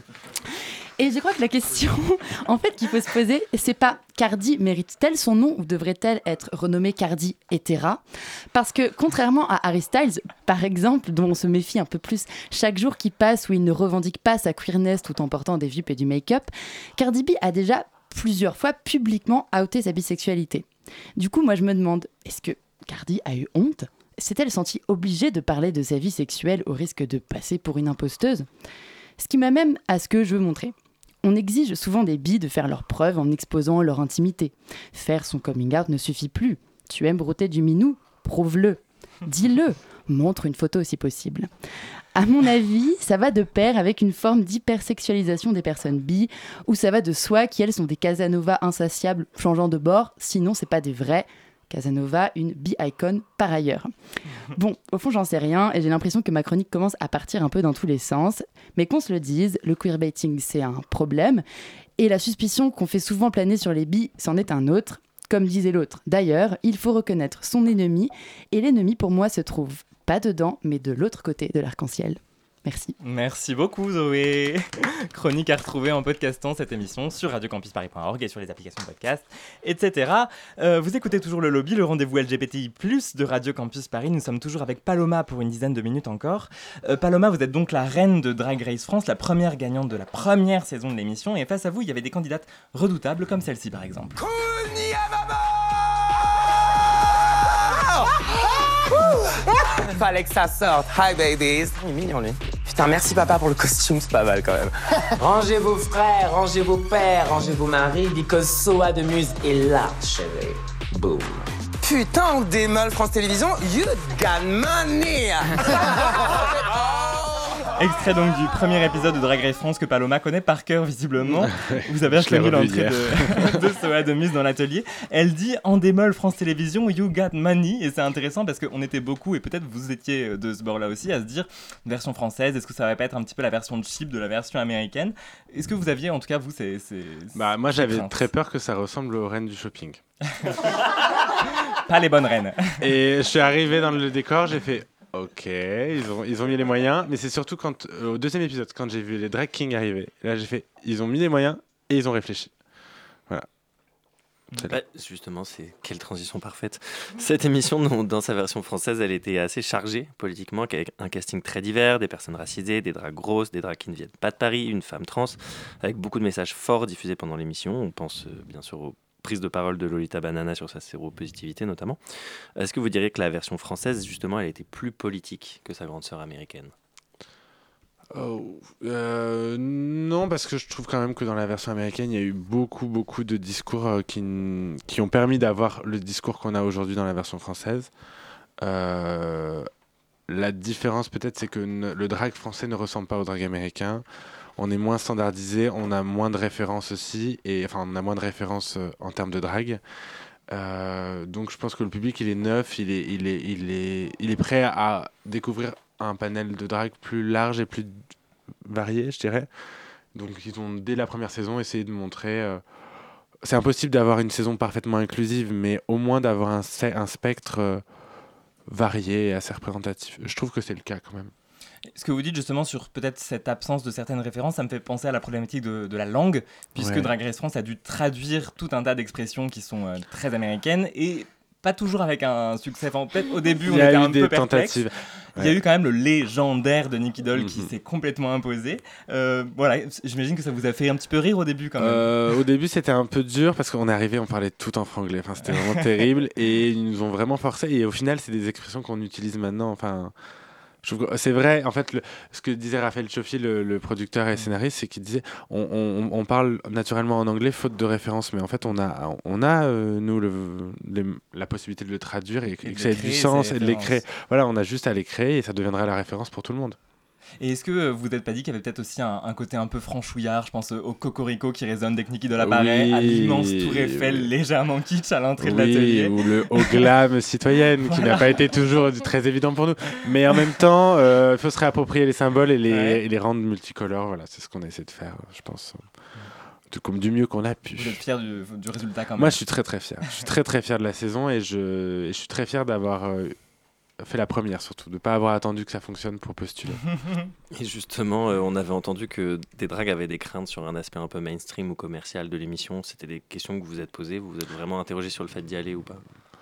Et je crois que la question, en fait, qu'il faut se poser, c'est pas Cardi mérite-t-elle son nom ou devrait-elle être renommée Cardi Hétéra ? Parce que, contrairement à Harry Styles, par exemple, dont on se méfie un peu plus chaque jour qui passe où il ne revendique pas sa queerness tout en portant des jupes et du make-up, Cardi B a déjà plusieurs fois publiquement outé sa bisexualité. Du coup, moi je me demande, est-ce que Cardi a eu honte ? S'est-elle sentie obligée de parler de sa vie sexuelle au risque de passer pour une imposteuse ? Ce qui m'amène à ce que je veux montrer. On exige souvent des bi de faire leurs preuves en exposant leur intimité. Faire son coming out ne suffit plus. Tu aimes brouter du minou ? Prouve-le. Dis-le. Montre une photo si possible. À mon avis, ça va de pair avec une forme d'hypersexualisation des personnes bi, où ça va de soi qu'elles sont des Casanova insatiables changeant de bord, sinon c'est pas des vrais. Casanova, une bi-icon par ailleurs. Bon, au fond j'en sais rien et j'ai l'impression que ma chronique commence à partir un peu dans tous les sens, mais qu'on se le dise, le queerbaiting c'est un problème, et la suspicion qu'on fait souvent planer sur les bi, c'en est un autre. Comme disait l'autre, d'ailleurs, il faut reconnaître son ennemi, et l'ennemi pour moi se trouve pas dedans, mais de l'autre côté de l'arc-en-ciel. Merci. Merci beaucoup Zoé. Chronique à retrouver en podcastant cette émission sur radiocampusparis.org et sur les applications de podcast, etc. Vous écoutez toujours Le Lobby, le rendez-vous LGBTI+, de Radio Campus Paris. Nous sommes toujours avec Paloma pour une dizaine de minutes encore. Paloma, vous êtes donc la reine de Drag Race France, la première gagnante de la première saison de l'émission. Et face à vous, il y avait des candidates redoutables comme celle-ci par exemple. Fallait que ça sorte. Hi babies. Il est mignon lui. Putain. Putain, merci papa pour le costume, c'est pas mal quand même. Rangez vos frères, rangez vos pères, rangez vos maris, because Soa de Muse est là, chérie. Boum. Putain, on démale France Télévisions, you got money. Extrait donc du premier épisode de Drag Race France que Paloma connaît par cœur visiblement. Vous avez reconnu l'entrée de Soa de Muse dans l'atelier. Elle dit en démol France Télévisions, you got money. Et c'est intéressant parce qu'on était beaucoup, et peut-être vous étiez de ce bord-là aussi, à se dire version française, est-ce que ça va pas être un petit peu la version cheap de la version américaine? Est-ce que vous aviez, en tout cas vous, moi j'avais très peur que ça ressemble aux reines du shopping. Pas les bonnes reines. Et je suis arrivé dans le décor, j'ai fait... Ok, ils ont mis les moyens, mais c'est surtout au deuxième épisode, quand j'ai vu les Drag Kings arriver, là j'ai fait, ils ont mis les moyens et ils ont réfléchi. Voilà. Justement, c'est quelle transition parfaite. Cette émission, dans sa version française, elle était assez chargée politiquement, avec un casting très divers, des personnes racisées, des drags grosses, des drags qui ne viennent pas de Paris, une femme trans, avec beaucoup de messages forts diffusés pendant l'émission. On pense bien sûr aux prise de parole de Lolita Banana sur sa séropositivité notamment. Est-ce que vous diriez que la version française, justement, elle était plus politique que sa grande sœur américaine? Non, parce que je trouve quand même que dans la version américaine, il y a eu beaucoup de discours qui ont permis d'avoir le discours qu'on a aujourd'hui dans la version française. La différence peut-être, c'est que le drag français ne ressemble pas au drag américain. On est moins standardisé, on a moins de références aussi, on a moins de références en termes de drague. Donc je pense que le public, il est neuf, il est prêt à découvrir un panel de drague plus large et plus varié, je dirais. Donc ils ont, dès la première saison, essayé de montrer... c'est impossible d'avoir une saison parfaitement inclusive, mais au moins d'avoir un spectre varié et assez représentatif. Je trouve que c'est le cas quand même. Ce que vous dites justement sur peut-être cette absence de certaines références, ça me fait penser à la problématique de la langue, puisque Drag Race France a dû traduire tout un tas d'expressions qui sont très américaines et pas toujours avec un succès. Enfin, peut-être au début, on était un peu perplexe. Il y a eu quand même le légendaire de Nicky Doll qui s'est complètement imposé. Voilà, j'imagine que ça vous a fait un petit peu rire au début quand même. Au début, c'était un peu dur parce qu'on est arrivé, on parlait tout en franglais. Enfin, c'était vraiment terrible et ils nous ont vraiment forcé. Et au final, c'est des expressions qu'on utilise maintenant. Enfin... C'est vrai, en fait, ce que disait Raphaël Cioffi, le producteur et scénariste, c'est qu'il disait on parle naturellement en anglais faute de référence, mais en fait, on a nous, la possibilité de le traduire et que ça ait du sens et de les créer. Voilà, on a juste à les créer et ça deviendra la référence pour tout le monde. Et est-ce que vous n'êtes pas dit qu'il y avait peut-être aussi un côté un peu franchouillard? Je pense au Cocorico qui résonne dès que Nicky Doll apparaît, à l'immense tour Eiffel légèrement kitsch à l'entrée de l'atelier. Ou au glam citoyenne qui n'a pas été toujours très évident pour nous. Mais en même temps, il faut se réapproprier les symboles et les rendre multicolores. Voilà, c'est ce qu'on essaie de faire, je pense. Comme du mieux qu'on a pu. Vous êtes fier du résultat quand même? Moi, je suis très très fier. Je suis très fier de la saison et je suis très fier d'avoir... fait la première surtout, de ne pas avoir attendu que ça fonctionne pour postuler. Et justement, on avait entendu que des drags avaient des craintes sur un aspect un peu mainstream ou commercial de l'émission. C'était des questions que vous vous êtes posées, vous vous êtes vraiment interrogé sur le fait d'y aller ou pas?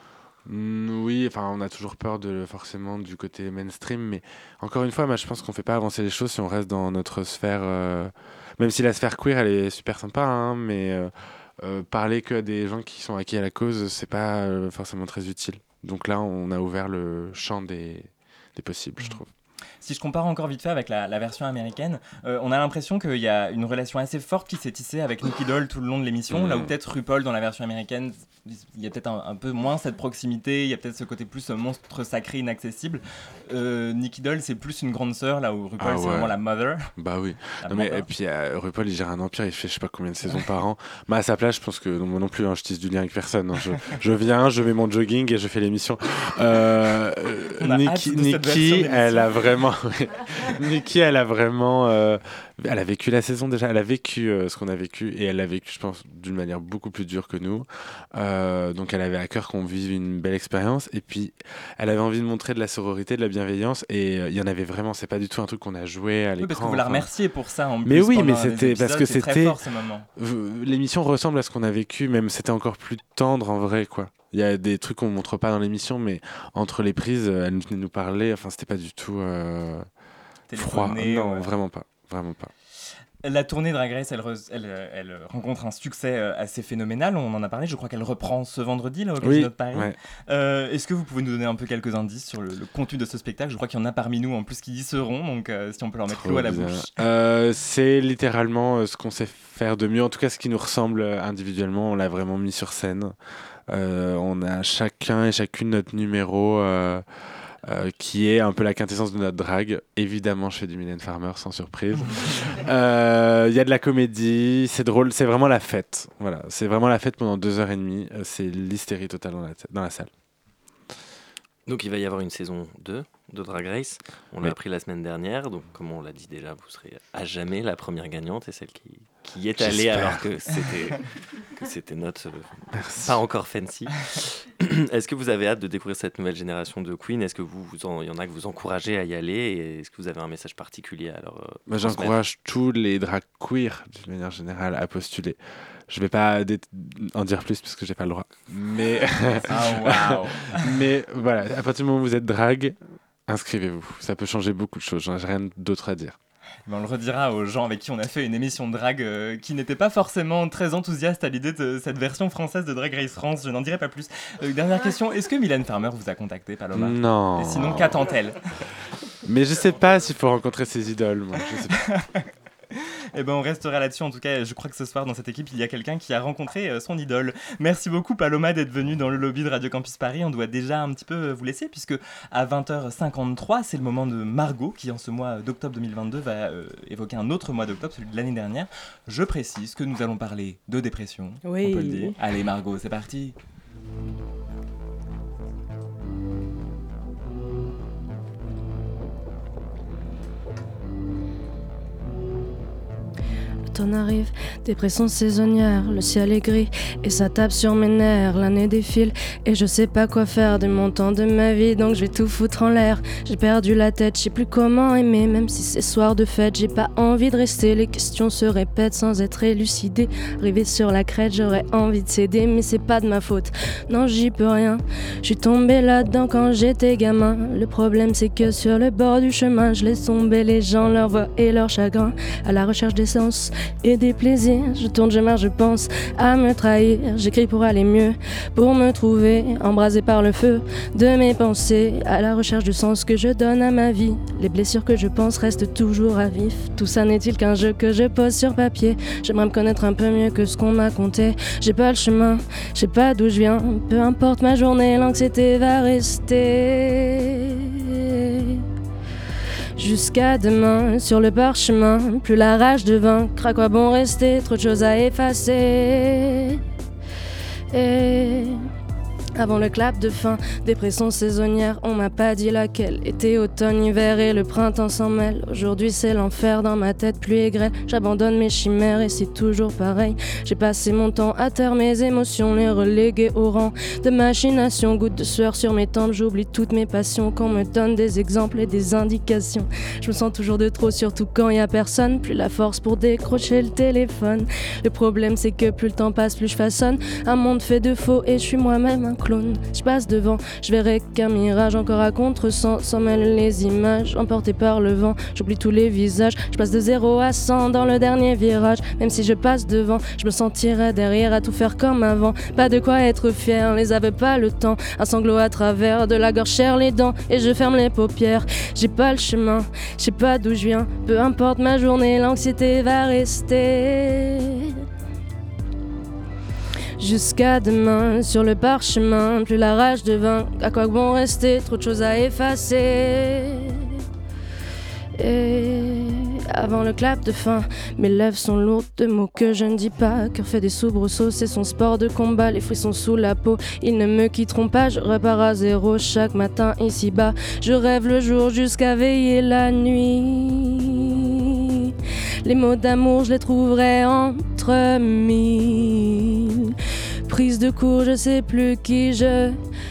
Oui, on a toujours peur forcément du côté mainstream, mais encore une fois, moi je pense qu'on ne fait pas avancer les choses si on reste dans notre sphère, même si la sphère queer elle est super sympa, hein, mais parler que à des gens qui sont acquis à la cause, c'est pas forcément très utile. Donc là, on a ouvert le champ des possibles, je trouve. Si je compare encore vite fait avec la version américaine, on a l'impression qu'il y a une relation assez forte qui s'est tissée avec Nicky Doll tout le long de l'émission, là où peut-être RuPaul dans la version américaine, il y a peut-être un peu moins cette proximité, il y a peut-être ce côté plus monstre sacré inaccessible. Nicky Doll, c'est plus une grande sœur, là où RuPaul, c'est vraiment la mother. Bah oui. Et puis RuPaul, il gère un empire, il fait je sais pas combien de saisons par an. À sa place, je pense que moi non plus, je tisse du lien avec personne. Je viens, je mets mon jogging et je fais l'émission. Nicky, elle a vraiment... Nicky, elle a vraiment... elle a vécu la saison déjà, elle a vécu ce qu'on a vécu et elle l'a vécu, je pense, d'une manière beaucoup plus dure que nous. Donc elle avait à cœur qu'on vive une belle expérience et puis elle avait envie de montrer de la sororité, de la bienveillance et il y en avait vraiment, c'est pas du tout un truc qu'on a joué à l'écran. Oui, parce que vous la remerciez pour ça en plus. Mais oui, mais c'était parce que c'était... très fort, ce moment. L'émission ressemble à ce qu'on a vécu, même c'était encore plus tendre en vrai, quoi. Il y a des trucs qu'on montre pas dans l'émission, mais entre les prises, elle venait nous parler, enfin c'était pas du tout... froid. Non, vraiment pas. La tournée Drag Race, elle rencontre un succès assez phénoménal. On en a parlé. Je crois qu'elle reprend ce vendredi là, au Casino de Paris. Ouais. Est-ce que vous pouvez nous donner un peu quelques indices sur le contenu de ce spectacle ? Je crois qu'il y en a parmi nous en plus qui y seront. Donc, si on peut leur mettre l'eau à la bouche. C'est littéralement ce qu'on sait faire de mieux. En tout cas, ce qui nous ressemble individuellement, on l'a vraiment mis sur scène. On a chacun et chacune notre numéro. Qui est un peu la quintessence de notre drague. Évidemment, je fais du Mylène Farmer, sans surprise. Il y a de la comédie, c'est drôle, c'est vraiment la fête. Voilà, c'est vraiment la fête pendant 2h30. C'est l'hystérie totale dans la salle. Donc il va y avoir une saison 2 de Drag Race. On l'a appris la semaine dernière. Donc comme on l'a dit déjà, vous serez à jamais la première gagnante et celle qui y est allée alors que c'était notre pas encore fancy. Est-ce que vous avez hâte de découvrir cette nouvelle génération de Queen ? Est-ce que il y en a que vous encouragez à y aller ? Et est-ce que vous avez un message particulier à leur j'encourage tous les drag queer d'une manière générale à postuler. Je vais pas en dire plus parce que j'ai pas le droit. Mais mais voilà, à partir du moment où vous êtes drag, inscrivez-vous. Ça peut changer beaucoup de choses. J'ai rien d'autre à dire. On le redira aux gens avec qui on a fait une émission de drague qui n'étaient pas forcément très enthousiastes à l'idée de cette version française de Drag Race France. Je n'en dirai pas plus. Dernière question, est-ce que Mylène Farmer vous a contacté, Paloma ? Non. Et sinon, qu'attend-elle ? Mais je sais pas s'il faut rencontrer ses idoles, moi. Je sais pas. Eh ben on restera là-dessus. En tout cas, je crois que ce soir dans cette équipe il y a quelqu'un qui a rencontré son idole. Merci beaucoup Paloma d'être venue dans le lobby de Radio Campus Paris. On doit déjà un petit peu vous laisser puisque à 20h53 c'est le moment de Margot qui en ce mois d'octobre 2022 va évoquer un autre mois d'octobre, celui de l'année dernière. Je précise que nous allons parler de dépression. Oui. On peut le dire. Allez Margot, c'est parti. L'automne arrive, dépression saisonnière, le ciel est gris et ça tape sur mes nerfs, l'année défile et je sais pas quoi faire de mon temps de ma vie donc je vais tout foutre en l'air. J'ai perdu la tête, je sais plus comment aimer, même si c'est soir de fête, j'ai pas envie de rester, les questions se répètent sans être élucidées. Arrivé sur la crête, j'aurais envie de céder mais c'est pas de ma faute, non j'y peux rien. Je suis tombée là-dedans quand j'étais gamin, le problème c'est que sur le bord du chemin je laisse tomber les gens, leur voix et leur chagrin, à la recherche d'essence et des plaisirs, je tourne, je marche, je pense à me trahir, j'écris pour aller mieux, pour me trouver, embrasé par le feu de mes pensées, à la recherche du sens que je donne à ma vie, les blessures que je pense restent toujours à vif, tout ça n'est-il qu'un jeu que je pose sur papier, j'aimerais me connaître un peu mieux que ce qu'on m'a conté, j'ai pas le chemin, je sais pas d'où je viens, peu importe ma journée, l'anxiété va rester. Jusqu'à demain, sur le parchemin, plus la rage de vaincre, à quoi bon rester, trop de choses à effacer. Et avant le clap de fin, dépression saisonnière, on m'a pas dit laquelle. Été, automne, hiver et le printemps s'en mêlent. Aujourd'hui c'est l'enfer dans ma tête, pluie et grêle. J'abandonne mes chimères et c'est toujours pareil. J'ai passé mon temps à taire mes émotions, les reléguer au rang de machination. Goutte de sueur sur mes tempes, j'oublie toutes mes passions. Qu'on me donne des exemples et des indications. Je me sens toujours de trop, surtout quand y a personne. Plus la force pour décrocher le téléphone. Le problème c'est que plus le temps passe, plus je façonne un monde fait de faux et je suis moi-même un clone. Je passe devant, je verrai qu'un mirage encore à contre-sens, s'en mêlent les images, emportées par le vent, j'oublie tous les visages, je passe de 0 à 100 dans le dernier virage, même si je passe devant, je me sentirai derrière à tout faire comme avant, pas de quoi être fier, les avais pas le temps, un sanglot à travers de la gorge serre les dents, et je ferme les paupières, j'ai pas le chemin, je sais pas d'où je viens, peu importe ma journée, l'anxiété va rester. Jusqu'à demain, sur le parchemin, plus la rage de vaincre, à quoi bon rester, trop de choses à effacer. Et avant le clap de fin, mes lèvres sont lourdes de mots que je ne dis pas. Cœur fait des soubresauts, c'est son sport de combat. Les frissons sous la peau, ils ne me quitteront pas. Je repars à zéro chaque matin ici-bas. Je rêve le jour jusqu'à veiller la nuit. Les mots d'amour, je les trouverai entre mille. Prise de court, je sais plus qui je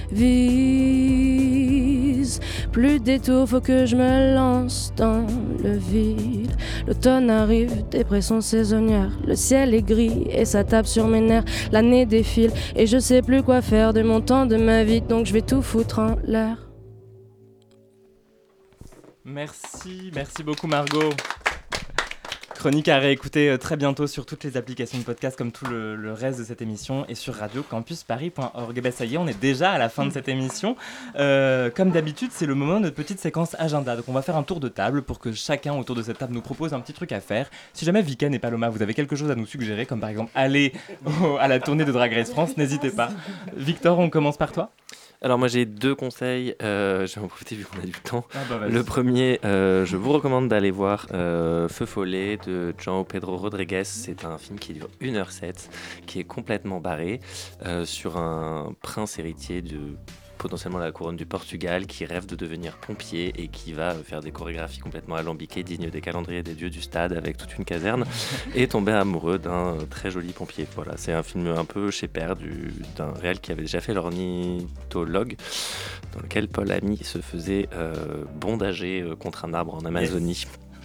vise. Plus de détours, faut que je me lance dans le vide. L'automne arrive, dépression saisonnière. Le ciel est gris et ça tape sur mes nerfs. L'année défile et je sais plus quoi faire de mon temps, de ma vie. Donc je vais tout foutre en l'air. Merci beaucoup Margot. chronique à réécouter très bientôt sur toutes les applications de podcast comme tout le reste de cette émission et sur radiocampusparis.org. Et ben ça y est, on est déjà à la fin de cette émission. Comme d'habitude, c'est le moment de notre petite séquence agenda. Donc on va faire un tour de table pour que chacun autour de cette table nous propose un petit truc à faire. Si jamais Viken et Paloma, vous avez quelque chose à nous suggérer, comme par exemple aller à la tournée de Drag Race France, n'hésitez pas. Victor, on commence par toi. Alors moi j'ai 2 conseils, je vais en profiter vu qu'on a du temps. Le premier, je vous recommande d'aller voir Feu Follet de João Pedro Rodrigues. C'est un film qui dure 1h07, qui est complètement barré, sur un prince héritier de potentiellement la couronne du Portugal, qui rêve de devenir pompier et qui va faire des chorégraphies complètement alambiquées, dignes des calendriers des dieux du stade, avec toute une caserne, et tomber amoureux d'un très joli pompier. Voilà, c'est un film un peu chez Père, d'un réal qui avait déjà fait l'ornithologue, dans lequel Paul Ami se faisait bondager contre un arbre en Amazonie.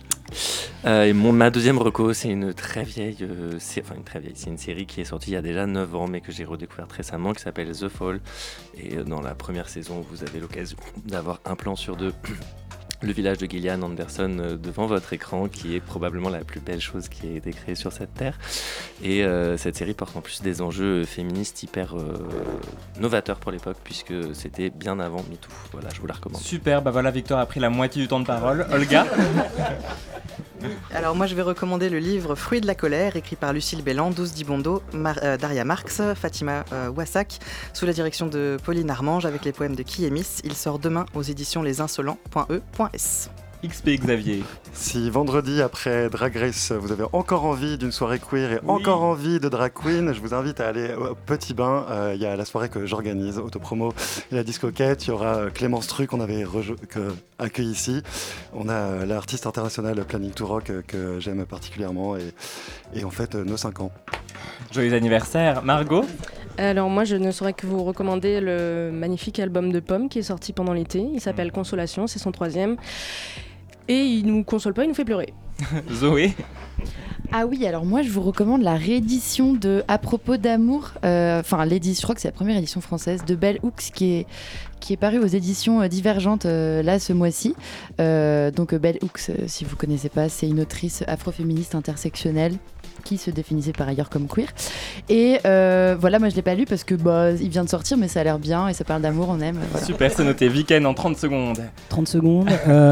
Et ma deuxième reco, c'est une très vieille, c'est une série qui est sortie il y a déjà 9 ans, mais que j'ai redécouverte récemment, qui s'appelle The Fall. Et dans la première saison, vous avez l'occasion d'avoir un plan sur 2. Le village de Gillian Anderson devant votre écran, qui est probablement la plus belle chose qui a été créée sur cette terre. Et cette série porte en plus des enjeux féministes hyper novateurs pour l'époque, puisque c'était bien avant MeToo. Voilà, je vous la recommande. Super, bah voilà, Victor a pris la moitié du temps de parole. Olga. Alors moi je vais recommander le livre Fruits de la colère, écrit par Lucille Bélan, Douce Dibondo, Daria Marx, Fatima Wassak, sous la direction de Pauline Armange, avec les poèmes de Kiemis. Il sort demain aux éditions lesinsolents.e.s. XP Xavier. Si vendredi après Drag Race vous avez encore envie d'une soirée queer et encore envie de drag queen, je vous invite à aller au Petit Bain. Il y a la soirée que j'organise, autopromo, et la discoquette. Il y aura Clémence Tru qu'on avait accueilli ici. On a l'artiste internationale Planning to Rock que j'aime particulièrement et en fait nos 5 ans. Joyeux anniversaire. Margot. Alors moi je ne saurais que vous recommander le magnifique album de Pomme qui est sorti pendant l'été. Il s'appelle Consolation, c'est son 3e. Et il nous console pas, il nous fait pleurer. Zoé. Ah oui, alors moi je vous recommande la réédition de À propos d'amour, je crois que c'est la première édition française de Bell Hooks qui est parue aux éditions Divergentes là ce mois-ci. Donc Bell Hooks, si vous connaissez pas, c'est une autrice afroféministe intersectionnelle qui se définissait par ailleurs comme queer. Et voilà, moi je l'ai pas lu parce que il vient de sortir, mais ça a l'air bien et ça parle d'amour, on aime. Voilà. Super, c'est noté. Week-end en 30 secondes. 30 secondes.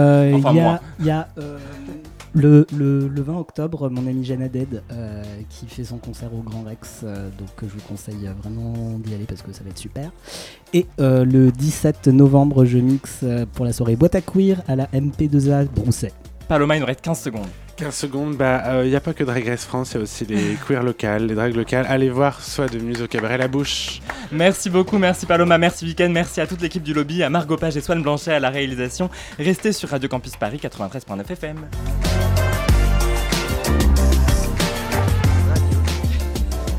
Il y a le 20 octobre, mon ami Jeanne Haddad qui fait son concert au Grand Rex, donc je vous conseille vraiment d'y aller parce que ça va être super. Et le 17 novembre, je mixe pour la soirée Boîte à Queer à la MP2A Brousset. Paloma, il nous reste 15 secondes. 15 secondes, il n'y a pas que Drag Race France, il y a aussi les queers locales, les drags locales. Allez voir soit de Muse au Cabaret La Bouche. Merci beaucoup, merci Paloma, merci Week-end, merci à toute l'équipe du lobby, à Margot Page et Swan Blanchet à la réalisation. Restez sur Radio Campus Paris 93.9 FM.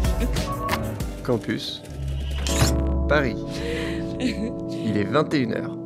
Campus Paris. Il est 21h.